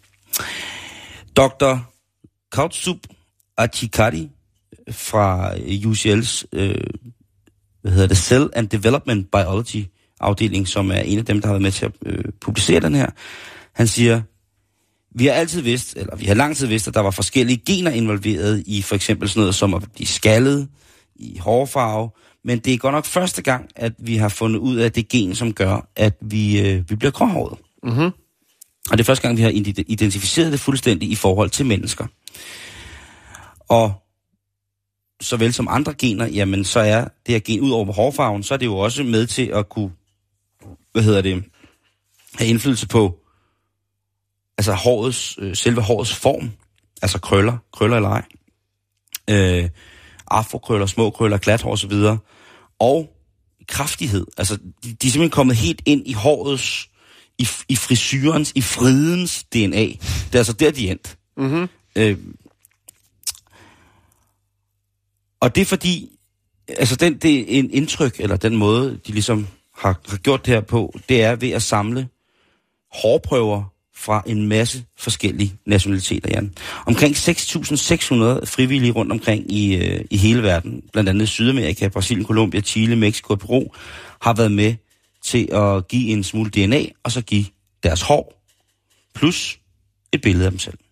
doktor Kautsup Achikari fra U C L's øh, hvad hedder det, Cell and Development Biology afdeling, som er en af dem, der har været med til at øh, publicere den her. Han siger, vi har altid vidst, eller vi har lang tid vidst, at der var forskellige gener involveret i for eksempel sådan noget som at blive skaldet, i hårfarve, men det er godt nok første gang, at vi har fundet ud af det gen, som gør, at vi, øh, vi bliver gråhåret. Mm-hmm. Og det er første gang, vi har identificeret det fuldstændig i forhold til mennesker. Og såvel som andre gener, jamen så er det her gen ud over hårfarven, så er det jo også med til at kunne, hvad hedder det, have indflydelse på altså hårets, øh, selve hårets form, altså krøller, krøller eller ej, øh, afrokrøller, små krøller, glathår osv., og kraftighed. Altså, de, de er simpelthen kommet helt ind i hårets, i, i frisyrens, i fridens D N A. Det er altså der, de er endt. Mm-hmm. Øh, og det er fordi, altså den, det er en indtryk, eller den måde, de ligesom har, har gjort det her på, det er ved at samle hårprøver fra en masse forskellige nationaliteter, Jan. Omkring seks tusind seks hundrede frivillige rundt omkring i, øh, i hele verden, blandt andet Sydamerika, Brasilien, Colombia, Chile, Mexico og Peru, har været med til at give en smule D N A, og så give deres hår, plus et billede af dem selv.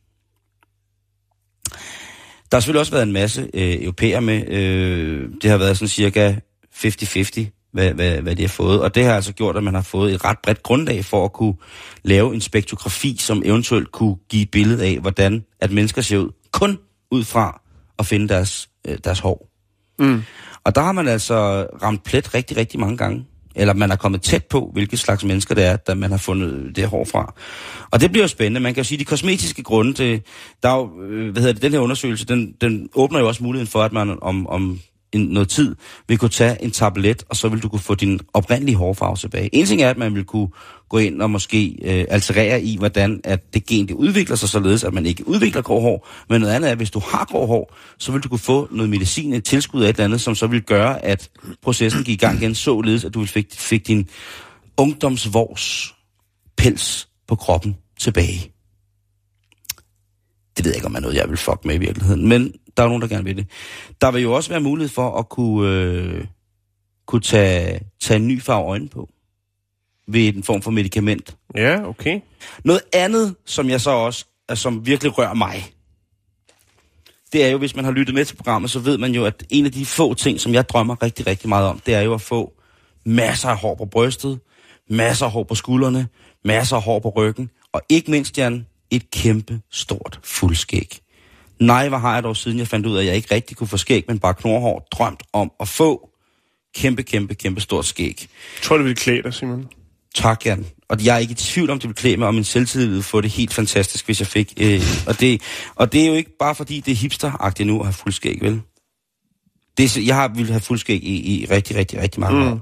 Der har selvfølgelig også været en masse øh, europæer med. Øh, det har været sådan cirka halvtreds halvtreds, hvad, hvad, hvad de har fået. Og det har altså gjort, at man har fået et ret bredt grundlag for at kunne lave en spektrografi, som eventuelt kunne give et billede af, hvordan at mennesker ser ud, kun ud fra at finde deres, øh, deres hår. Mm. Og der har man altså ramt plet rigtig, rigtig mange gange. Eller man er kommet tæt på, hvilke slags mennesker det er, der man har fundet det hår fra. Og det bliver jo spændende. Man kan jo sige, at de kosmetiske grunde til, der er jo, hvad hedder det, den her undersøgelse, den, den åbner jo også muligheden for, at man om, om en, noget tid vil kunne tage en tablet, og så vil du kunne få din oprindelige hårfarve tilbage. En ting er, at man vil kunne gå ind og måske øh, alterere i, hvordan at det gen det udvikler sig, således at man ikke udvikler grå hår. Men noget andet er, at hvis du har grå hår, så vil du kunne få noget medicin, et tilskud af et eller andet, som så vil gøre, at processen gik i gang igen, således at du fik, fik din ungdomsvors pels på kroppen tilbage. Det ved jeg ikke, om er noget, jeg vil fuck med i virkeligheden, men der er nogen, der gerne vil det. Der vil jo også være mulighed for at kunne, øh, kunne tage, tage en ny farve øjne på ved en form for medicament. Ja, okay. Noget andet, som jeg så også, altså, som virkelig rører mig, det er jo, hvis man har lyttet med til programmet, så ved man jo, at en af de få ting, som jeg drømmer rigtig, rigtig meget om, det er jo at få masser af hår på brystet, masser af hår på skuldrene, masser af hår på ryggen, og ikke mindst, Jan, et kæmpe stort fuldskæg. Nej, hvor har jeg dog, siden jeg fandt ud af, at jeg ikke rigtig kunne få skæg, men bare knorhår, drømt om at få kæmpe, kæmpe, kæmpe stort skæg. Jeg tror, det vil klæde dig, Simon. Tak, Jan. Og jeg er ikke i tvivl om, det vil klæde mig, og min selvtillid vil få det helt fantastisk, hvis jeg fik. Øh, og, det, og det er jo ikke bare fordi, det er hipsteragtigt nu at have fuldskæg, vel? Det, jeg har ville have fuldskæg i, i rigtig, rigtig, rigtig mange mm. år.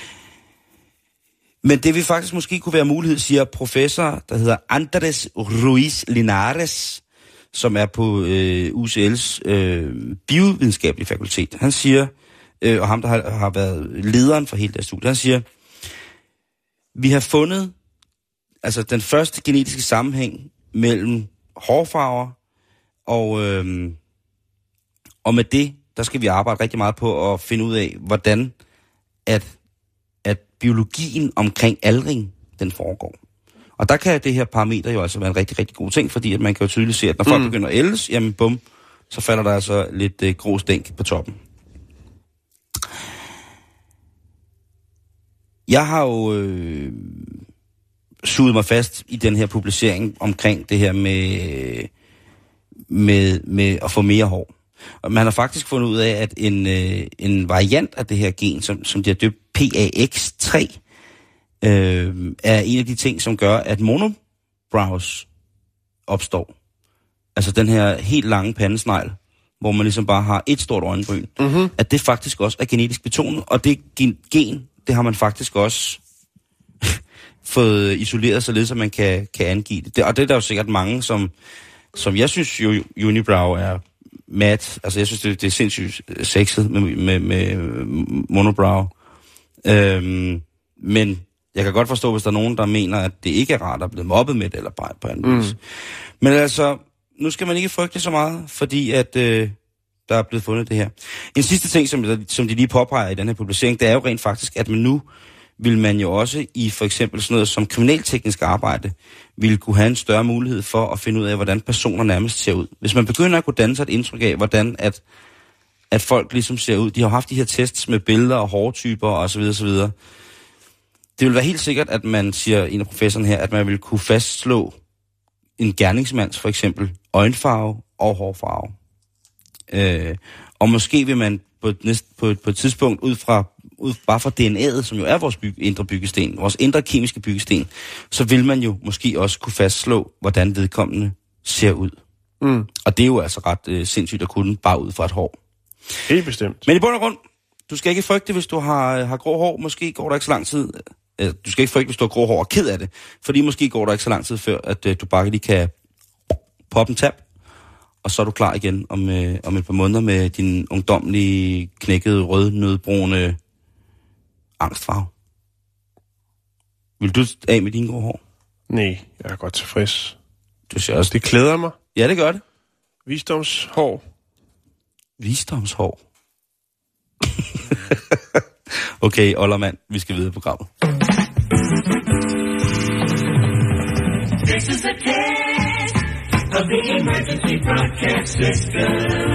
Men det vil faktisk måske kunne være mulighed, siger professor, der hedder Andres Ruiz Linares, som er på øh, U C L's øh, biovidenskabelige fakultet. Han siger, øh, og ham der har, har været lederen for hele deres studie, han siger, vi har fundet altså den første genetiske sammenhæng mellem hårfarver, og, øh, og med det, der skal vi arbejde rigtig meget på at finde ud af, hvordan at, at biologien omkring aldring, den foregår. Og der kan det her parameter jo altså være en rigtig, rigtig god ting, fordi at man kan jo tydeligt se, at når folk mm. begynder at ældes, jamen bum, så falder der altså lidt øh, grå stænk på toppen. Jeg har jo øh, suget mig fast i den her publicering omkring det her med, med, med at få mere hår. Og man har faktisk fundet ud af, at en, øh, en variant af det her gen, som, som de har døbt P A X tre, øh, er en af de ting, som gør, at monobrows opstår. Altså den her helt lange pandesnegl, hvor man ligesom bare har et stort øjenbryn. Mm-hmm. At det faktisk også er genetisk betonet, og det gen, det har man faktisk også fået isoleret, således at man kan, kan angive det. Og det er der jo sikkert mange, som, som jeg synes jo unibrow er mat. Altså jeg synes, det, det er sindssygt sexet med, med, med monobrow. Øhm, men jeg kan godt forstå, hvis der er nogen, der mener, at det ikke er rart at blive mobbet med det, eller bare på anden vis. Mm. Men altså, nu skal man ikke frygte så meget, fordi at øh, der er blevet fundet det her. En sidste ting, som, som de lige påpeger i den her publicering, det er jo rent faktisk, at man nu vil man jo også i for eksempel sådan noget som kriminalteknisk arbejde, ville kunne have en større mulighed for at finde ud af, hvordan personer nærmest ser ud. Hvis man begynder at kunne danne sig et indtryk af, hvordan at, at folk ligesom ser ud. De har haft de her tests med billeder og hårtyper og så videre, så videre. Det vil være helt sikkert, at man, siger en af professorerne her, at man vil kunne fastslå en gerningsmands for eksempel øjenfarve og hårfarve. Øh, og måske vil man på et, næste, på et, på et tidspunkt ud fra ud bare fra D N A'et, som jo er vores byg, indre byggesten, vores indre kemiske byggesten, så vil man jo måske også kunne fastslå, hvordan vedkommende ser ud. Mm. Og det er jo altså ret øh, sindssygt at kunne, bare ud fra et hår. Helt bestemt. Men i bund og grund, du skal ikke frygte, hvis du har, har grå hår. Måske går der ikke så lang tid. Øh, du skal ikke frygte, hvis du har grå hår og ked af det. Fordi måske går der ikke så lang tid før, at øh, du bare lige kan poppe en tab. Og så er du klar igen om, øh, om et par måneder med din ungdomlige, knækkede, rødnødbrune angstfarve. Vil du af med dine grå hår? Nej, jeg er godt tilfreds. Du ser også... Det klæder mig. Ja, det gør det. Visdomshår. Visdomshår. Okay, Ollermand, vi skal videre på programmet. This is a test of the emergency broadcast system.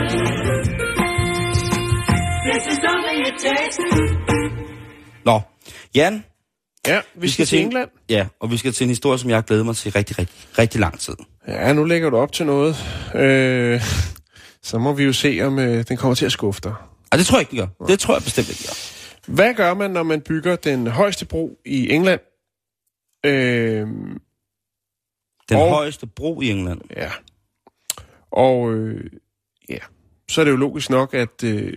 This is only a test. Nå, Jan. Ja, vi, vi skal, skal til England. Ja, og vi skal til en historie, som jeg har glædet mig til rigtig, rigtig, rigtig lang tid. Ja, nu lægger du op til noget. Øh, så må vi jo se, om øh, den kommer til at skuffe dig. Ej, det tror jeg ikke, den gør. Ja. Det tror jeg bestemt ikke, den gør. Hvad gør man, når man bygger den højeste bro i England? Øh, den og, højeste bro i England? Ja. Og øh, ja, så er det jo logisk nok, at øh,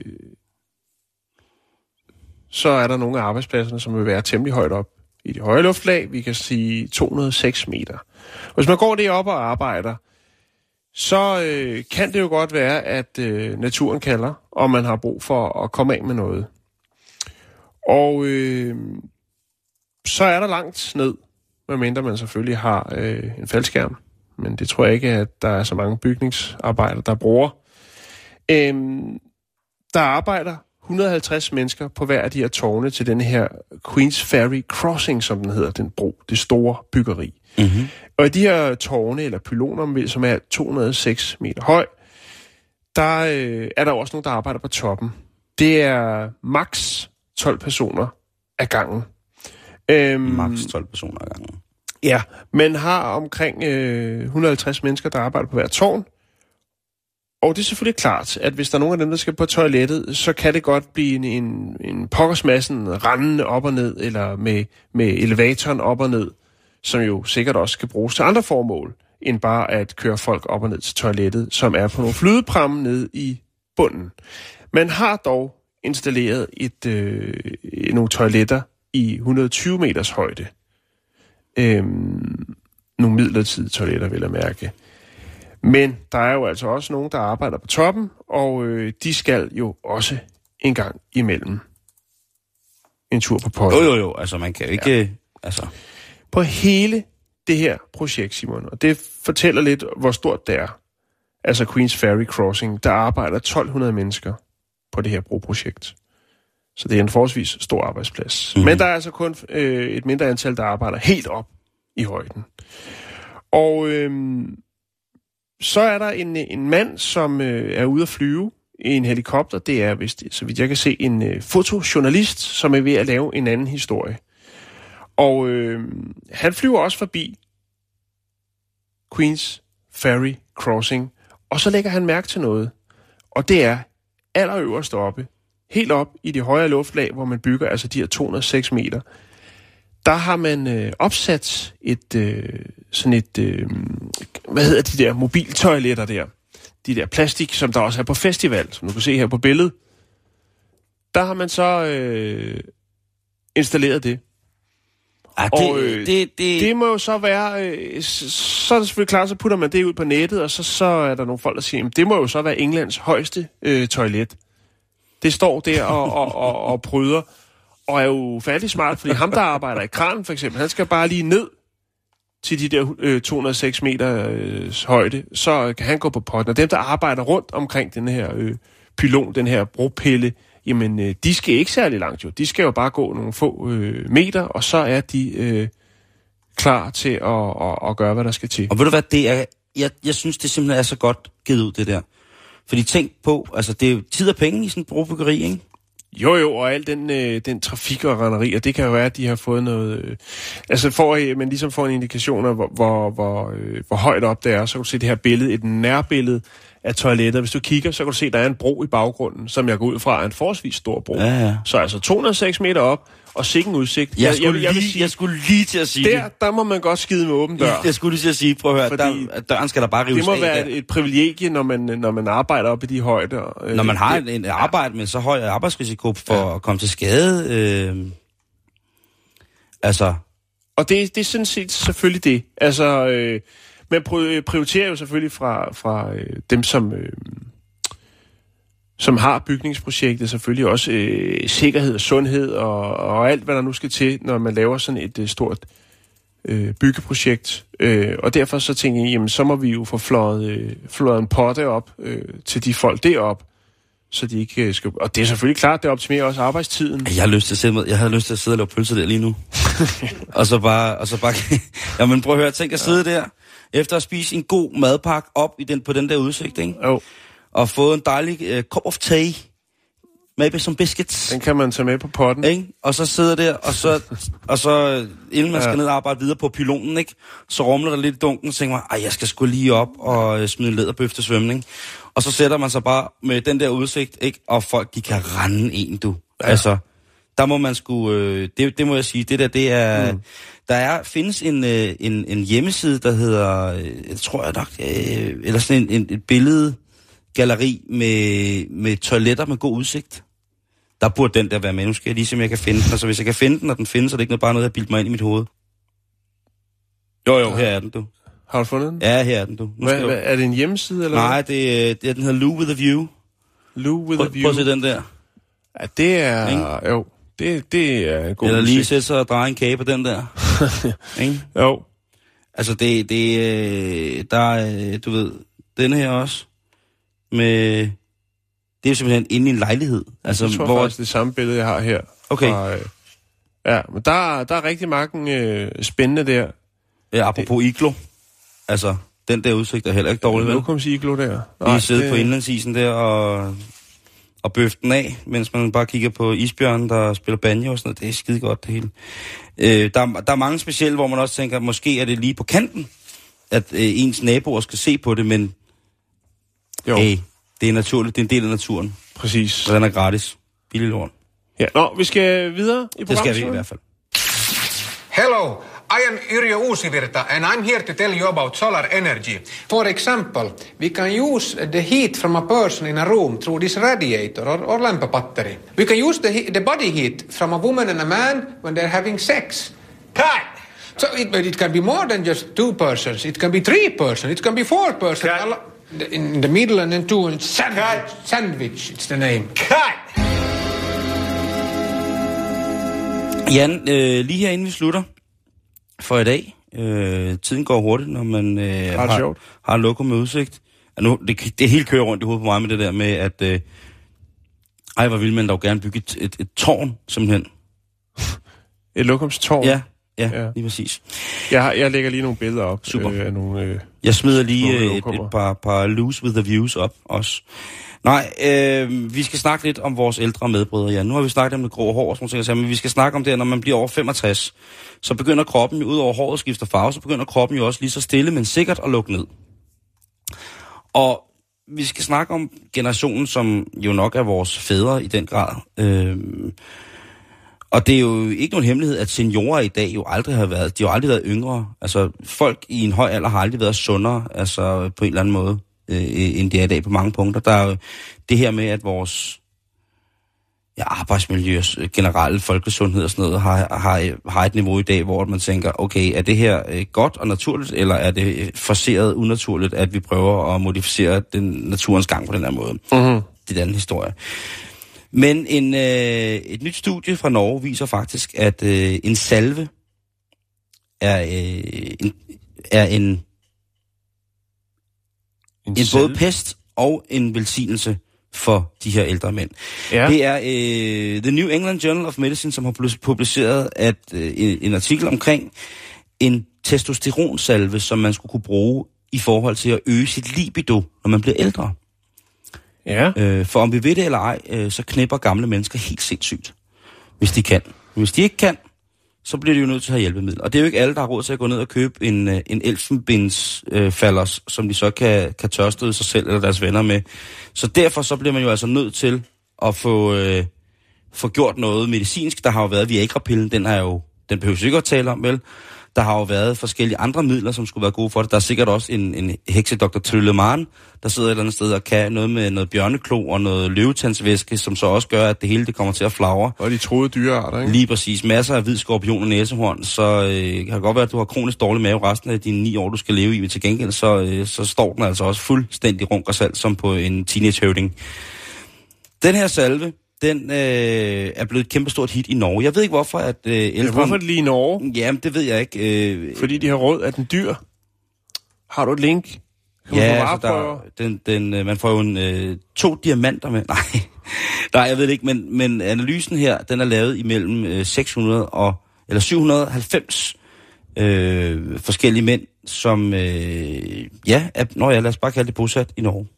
så er der nogle af arbejdspladserne, som vil være temmelig højt op i de høje luftlag. Vi kan sige to hundrede og seks meter. Hvis man går derop og arbejder, så øh, kan det jo godt være, at øh, naturen kalder, og man har brug for at komme af med noget. Og øh, så er der langt ned, medmindre man selvfølgelig har øh, en faldskærm. Men det tror jeg ikke, at der er så mange bygningsarbejdere, der bruger. Øh, der arbejder et hundrede og halvtreds mennesker på hver af de her tårne til den her Queen's Ferry Crossing, som den hedder, den bro, det store byggeri. Mm-hmm. Og i de her tårne, eller pyloner, som er to hundrede og seks meter høj, der øh, er der også nogen, der arbejder på toppen. Det er maks tolv personer ad gangen. Øhm, maks tolv personer ad gangen. Ja, man har omkring øh, et hundrede og halvtreds mennesker, der arbejder på hver tårn. Og det er selvfølgelig klart, at hvis der er nogen af dem, der skal på toilettet, så kan det godt blive en, en, en pokkersmassen rendende op og ned, eller med, med elevatoren op og ned, som jo sikkert også skal bruges til andre formål, end bare at køre folk op og ned til toilettet, som er på nogle flydepramme nede i bunden. Man har dog installeret et, øh, nogle toiletter i et hundrede og tyve meters højde. Øhm, nogle midlertidige toiletter, vil jeg mærke. Men der er jo altså også nogen, der arbejder på toppen, og øh, de skal jo også en gang imellem en tur på posten. Jo, jo, jo. Altså, man kan jo ikke... Ja. Altså. På hele det her projekt, Simon, og det fortæller lidt, hvor stort det er. Altså Queen's Ferry Crossing, der arbejder tolv hundrede mennesker på det her broprojekt. Så det er en forholdsvis stor arbejdsplads. Mm-hmm. Men der er altså kun øh, et mindre antal, der arbejder helt op i højden. Og øh, så er der en, en mand, som øh, er ude at flyve i en helikopter. Det er, hvis det, så vidt jeg kan se, en øh, fotojournalist, som er ved at lave en anden historie. Og øh, han flyver også forbi Queen's Ferry Crossing, og så lægger han mærke til noget. Og det er allerøverst oppe, helt op i de højere luftlag, hvor man bygger altså de her to hundrede og seks meter. Der har man øh, opsat et øh, sådan et øh, hvad hedder de der mobiltoiletter der, de der plastik, som der også er på festival, som du kan se her på billedet. Der har man så øh, installeret det. Ah, det, og øh, det, det... det må jo så være, øh, så, så er det selvfølgelig klart, så putter man det ud på nettet, og så, så er der nogle folk, der siger, det må jo så være Englands højeste øh, toilet. Det står der og, og, og, og bryder, og er jo færdig smart, fordi ham, der arbejder i kranen for eksempel, han skal bare lige ned til de der øh, to hundrede og seks meter øh, højde, så kan han gå på potten. Og dem, der arbejder rundt omkring den her øh, pylon, den her bropille, jamen, øh, de skal ikke særlig langt jo. De skal jo bare gå nogle få øh, meter, og så er de øh, klar til at, at, at gøre, hvad der skal til. Og ved du hvad, det er, jeg, jeg synes, det simpelthen er så godt givet ud, det der. Fordi tænk på, altså det er jo tid og penge i sådan et brobyggeri, ikke? Jo, jo, og al den, øh, den trafik og renderi, og det kan jo være, at de har fået noget... Øh, altså, for at man ligesom får en indikation af, hvor, hvor, hvor, øh, hvor højt op det er, så kan du se det her billede, et nærbillede af toilettet. Hvis du kigger, så kan du se, at der er en bro i baggrunden, som jeg går ud fra er en forholdsvis stor bro. Ja, ja. Så altså to hundrede og seks meter op, og sikken udsigt. Jeg, jeg, skulle, jeg, jeg, lige, sige, jeg skulle lige til at sige der, det. der må man godt skide med åben dør. Jeg, jeg skulle lige til at sige, prøv at høre, Fordi der, døren skal der bare rives det må af. være Der. et, et privilegie, når man, når man arbejder op i de højder. Øh, Når man har det, en arbejde med så høj arbejdsrisiko for ja. at komme til skade. Øh, altså... Og det, det er sådan set selvfølgelig det. Altså, øh, man prioriterer jo selvfølgelig fra, fra øh, dem, som... Øh, som har bygningsprojektet, selvfølgelig også øh, sikkerhed og sundhed og, og alt, hvad der nu skal til, når man laver sådan et øh, stort øh, byggeprojekt. Øh, og derfor så tænker jeg, jamen så må vi jo få fløjet, øh, fløjet en potte op øh, til de folk derop, så de ikke øh, skal... Og det er selvfølgelig klart, det optimerer også arbejdstiden. Jeg har lyst til at sidde med, jeg havde lyst til at sidde og lave pølser der lige nu. og så bare, og så bare, jamen prøv at høre, tænk at sidde der, efter at spise en god madpakke op i den, på den der udsigt, ikke? Jo. Og få en dejlig uh, cup of tea, maybe some biscuits. Den kan man tage med på potten. Ikke? Og så sidder der, og så, og så inden man skal ja. ned og arbejde videre på pylonen, ikke? Så rumler der lidt i dunken, og tænker man, ej, jeg skal sgu lige op og uh, smide en læderbøf til svømning. Og så sætter man sig bare med den der udsigt, ikke? Og folk, de kan rende en, du. Ja. Altså, der må man sgu, øh, det, det må jeg sige, det der, det er, mm. der er, findes en, øh, en, en hjemmeside, der hedder, øh, jeg tror jeg nok, øh, eller sådan en, en, et billede, galleri med, med toiletter med god udsigt. Der burde den der være med. Nu skal jeg lige se, om jeg kan finde den. Altså, hvis jeg kan finde den, og den findes, så er det ikke noget, bare noget, jeg har bildt mig ind i mit hoved. Jo, jo, her er den, du. Har du fundet den? Ja, her er den, du. Nu hvad, du... hvad, er det en hjemmeside, eller Nej, det, det er den hedder Lou with a View. Lou with prøv, a View. Prøv at se den der. Ja, det er... Ikke? Jo, det, det er en god Eller udsigt. lige sætte sig og dreje en kage på den der. Ikke? Jo. Altså, det, det, der er, du ved, denne her også. Med, det er jo simpelthen inde i en lejlighed. Altså, jeg tror hvor... faktisk, det er samme billede, jeg har her. Okay. Fra, øh, ja, men der, der er rigtig mange øh, spændende der. Ja, apropos det... iglo. Altså, den der udsigt er heller ikke dårlig, vel? Nu kommer sige iglo der. Lige sidde det... på indlandsisen der og, og bøfte den af, mens man bare kigger på isbjørnen, der spiller banjo og sådan noget. Det er skide godt, det hele. Øh, der, der er mange specielle, hvor man også tænker, måske er det lige på kanten, at øh, ens naboer skal se på det, men jo. Hey, det er naturligt, det er en del af naturen. Præcis. Og den er gratis. Billig lort. Ja, nå, vi skal videre i programmet. Det skal vi i hvert fald. Hello, I am Yrjö Uusivirta and I'm here to tell you about solar energy. For example, we can use the heat from a person in a room through this radiator or, or lamp battery. We can use the, he- the body heat from a woman and a man when they're having sex. Cut! So it, but it can be more than just two persons. It can be three persons. It can be four persons. Cut. In the middle and then two and sandwich. Sandwich, it's the name. Cut! Jan, øh, lige her inden vi slutter for i dag. Øh, tiden går hurtigt, når man øh, har, har, har lokum med udsigt. Ja, nu, det, det helt kører rundt i hovedet på mig med det der med, at øh, ej, hvor vil man dog gerne bygge et, et, et tårn, simpelthen. Et lokumstårn? Ja, ja, ja, lige præcis. Jeg, jeg lægger lige nogle billeder op. Super. Øh, af nogle, øh, jeg smider lige et, et par, par loose with the views op også. Nej, øh, vi skal snakke lidt om vores ældre medbrødre, ja. Nu har vi snakket om det grå hår og sådan noget, men vi skal snakke om det, når man bliver over femogtres. Så begynder kroppen, ud over håret skifter farve, så begynder kroppen jo også lige så stille, men sikkert at lukke ned. Og vi skal snakke om generationen, som jo nok er vores fædre i den grad. Øh, og det er jo ikke nogen hemmelighed, at seniorer i dag jo aldrig har været, de har aldrig været yngre. Altså folk i en høj alder har aldrig været sundere, altså på en eller anden måde, øh, end de er i dag på mange punkter. Der er jo det her med, at vores ja, arbejdsmiljø, generelle folkesundhed og sådan noget, har, har, har et niveau i dag, hvor man tænker, okay, er det her øh, godt og naturligt, eller er det forceret unaturligt, at vi prøver at modificere den naturens gang på den her måde? Mm-hmm. Det er den anden historie. Men en, øh, et nyt studie fra Norge viser faktisk, at øh, en salve er, øh, en, er en, en, en både pest og en velsignelse for de her ældre mænd. Ja. Det er øh, The New England Journal of Medicine, som har publiceret at, øh, en artikel omkring, en testosteronsalve, som man skulle kunne bruge i forhold til at øge sit libido, når man bliver ældre. Ja. Øh, for om vi ved det eller ej, øh, så knipper gamle mennesker helt sindssygt, hvis de kan. Hvis de ikke kan, så bliver de jo nødt til at have hjælpemidler. Og det er jo ikke alle, der har råd til at gå ned og købe en, en elfenbensfallers, øh, som de så kan, kan tørstøde sig selv eller deres venner med. Så derfor så bliver man jo altså nødt til at få, øh, få gjort noget medicinsk. Der har jo været Viagra-pillen, den, er jo, den behøver vi ikke at tale om, vel? Der har jo været forskellige andre midler, som skulle være gode for det. Der er sikkert også en, en heksedoktor Tryllemaren, der sidder et eller andet sted og kan noget med noget bjørneklo og noget løvetandsvæske, som så også gør, at det hele det kommer til at flagre. Og de troede dyrearter, ikke? Lige præcis. Masser af hvid skorpion og næsehorn, så øh, kan det godt være, at du har kronisk dårlig mave resten af dine ni år, du skal leve i, men til gengæld, så, øh, så står den altså også fuldstændig runk og salt, som på en teenagehøvding. Den her salve, den øh, er blevet et kæmpestort hit i Norge. Jeg ved ikke, hvorfor at øh, ældre... Ja, hvorfor er det lige i Norge? Jamen, det ved jeg ikke. Øh... Fordi de har råd af den dyr. Har du et link? Kan ja, altså, der, den, den, øh, man får jo en, øh, to diamanter med... Nej, nej, jeg ved det ikke, men, men analysen her, den er lavet imellem øh, seks hundrede og, eller syv hundrede og halvfems øh, forskellige mænd, som, øh, ja, er, når jeg lad os bare kalde det bosat i Norge.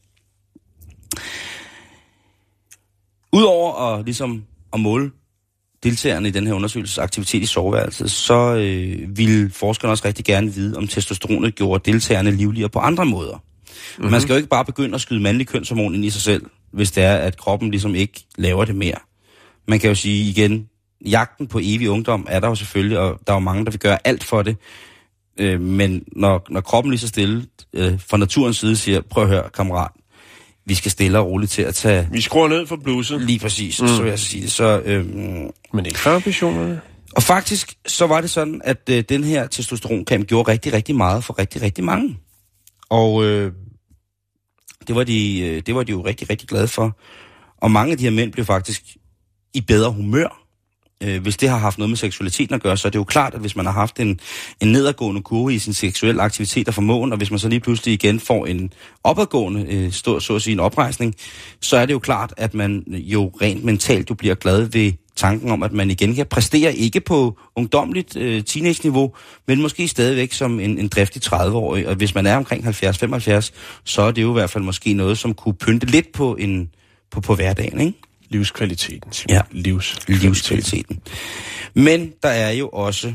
Udover at, ligesom, at måle deltagerne i den her undersøgelsesaktivitet i soveværelset, så øh, ville forskerne også rigtig gerne vide, om testosteronet gjorde deltagerne livligere på andre måder. Mm-hmm. Man skal jo ikke bare begynde at skyde mandlig kønshormon ind i sig selv, hvis det er, at kroppen ligesom ikke laver det mere. Man kan jo sige igen, jagten på evig ungdom er der jo selvfølgelig, og der er jo mange, der vil gøre alt for det. Øh, men når, når kroppen lige så stille øh, fra naturens side siger, prøv at høre, kammerat, vi skal stille og roligt til at tage... Vi skruer ned for bluset. Lige præcis, mm. så vil jeg sige det. Så, øhm... Men ikke for ambitionerne. Og faktisk, så var det sådan, at øh, den her testosteroncreme gjorde rigtig, rigtig meget for rigtig, rigtig mange. Og øh, det, var de, øh, det var de jo rigtig, rigtig glade for. Og mange af de her mænd blev faktisk i bedre humør. Øh, hvis det har haft noget med seksualiteten at gøre, så er det jo klart, at hvis man har haft en, en nedadgående kurve i sin seksuelle aktivitet og formåen, og hvis man så lige pludselig igen får en opadgående, øh, stå, så at sige en oprejsning, så er det jo klart, at man jo rent mentalt jo bliver glad ved tanken om, at man igen kan præstere ikke på ungdomligt øh, teenage-niveau, men måske stadigvæk som en, en driftig tredive-årig. Og hvis man er omkring halvfjerds til femoghalvfjerds, så er det jo i hvert fald måske noget, som kunne pynte lidt på, en, på, på hverdagen, ikke? Livskvaliteten. Ja, livskvaliteten. livskvaliteten. Men der er jo også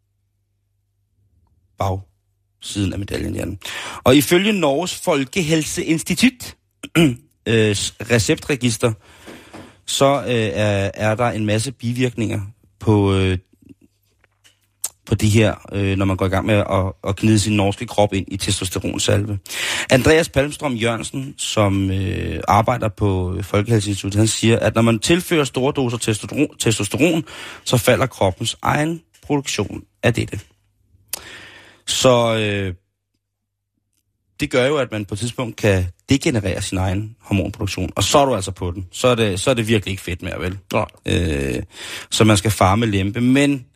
bagsiden af medaljen, Jan. Og ifølge Norges Folkehelseinstitut øh, receptregister, så øh, er, er der en masse bivirkninger på, øh, på de her, øh, når man går i gang med at, at gnide sin norske krop ind i testosteronsalve. Andreas Palmstrøm Jørgensen, som øh, arbejder på Folkehelseinstituttet, han siger, at når man tilfører store doser testosteron, testosteron, så falder kroppens egen produktion af dette. Så øh, det gør jo, at man på et tidspunkt kan degenerere sin egen hormonproduktion, og så er du altså på den. Så er det, så er det virkelig ikke fedt mere, vel? Ja. Øh, så man skal farme lempe, men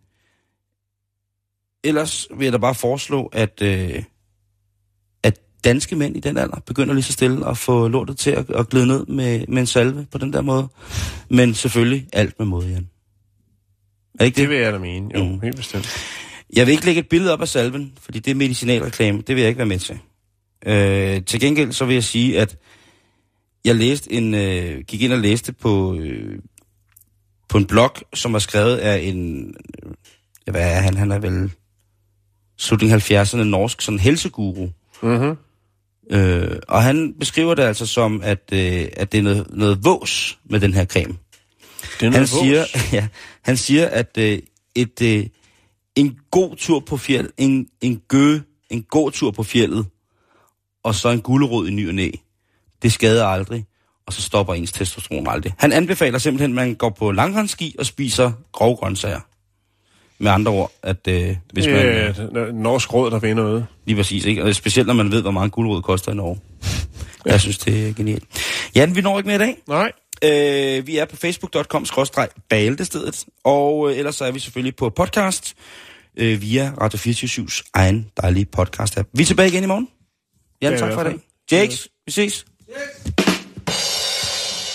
ellers vil jeg da bare foreslå, at, øh, at danske mænd i den alder begynder lige så stille at få lortet til at, at glide ned med, med en salve på den der måde. Men selvfølgelig alt med måde, Jan. Er ikke det? Det vil jeg da mene, jo, mm. helt bestemt. Jeg vil ikke lægge et billede op af salven, fordi det er medicinalreklame. Det vil jeg ikke være med til. Øh, til gengæld så vil jeg sige, at jeg læste en, øh, gik ind og læste på, øh, på en blog, som var skrevet af en... Ja, hvad er han? Han er vel slutning halvfjerdserne norsk, sådan en helseguru. Mhm. Øh, og han beskriver det altså som, at, øh, at det er noget, noget vås med den her creme. Det er han, noget siger, vås. ja, han siger, at øh, et, øh, en god tur på fjeld, en, en gø, en god tur på fjeldet, og så en gulerod i ny og næ, det skader aldrig, og så stopper ens testosteron aldrig. Han anbefaler simpelthen, at man går på langrendski og spiser grove grøntsager. Med andre ord, at øh, hvis man... Ja, øh, norsk råd, der ved noget. Lige præcis, ikke? Og specielt når man ved, hvor meget gulerod koster i Norge. Ja. Jeg synes, det er genialt. Jan, vi når ikke mere i dag. Nej. Øh, vi er på facebook punktum com skråstreg bæltestedet, og øh, ellers så er vi selvfølgelig på podcast øh, via Radio fireogtyve syvs egen dejlige podcast-app. Vi er tilbage igen i morgen. Jan, Ja, tak i for i hvert dag. Jakes, vi ses.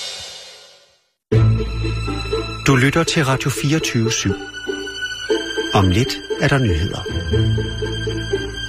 Du lytter til Radio fireogtyve syv. Om lidt er der nyheder.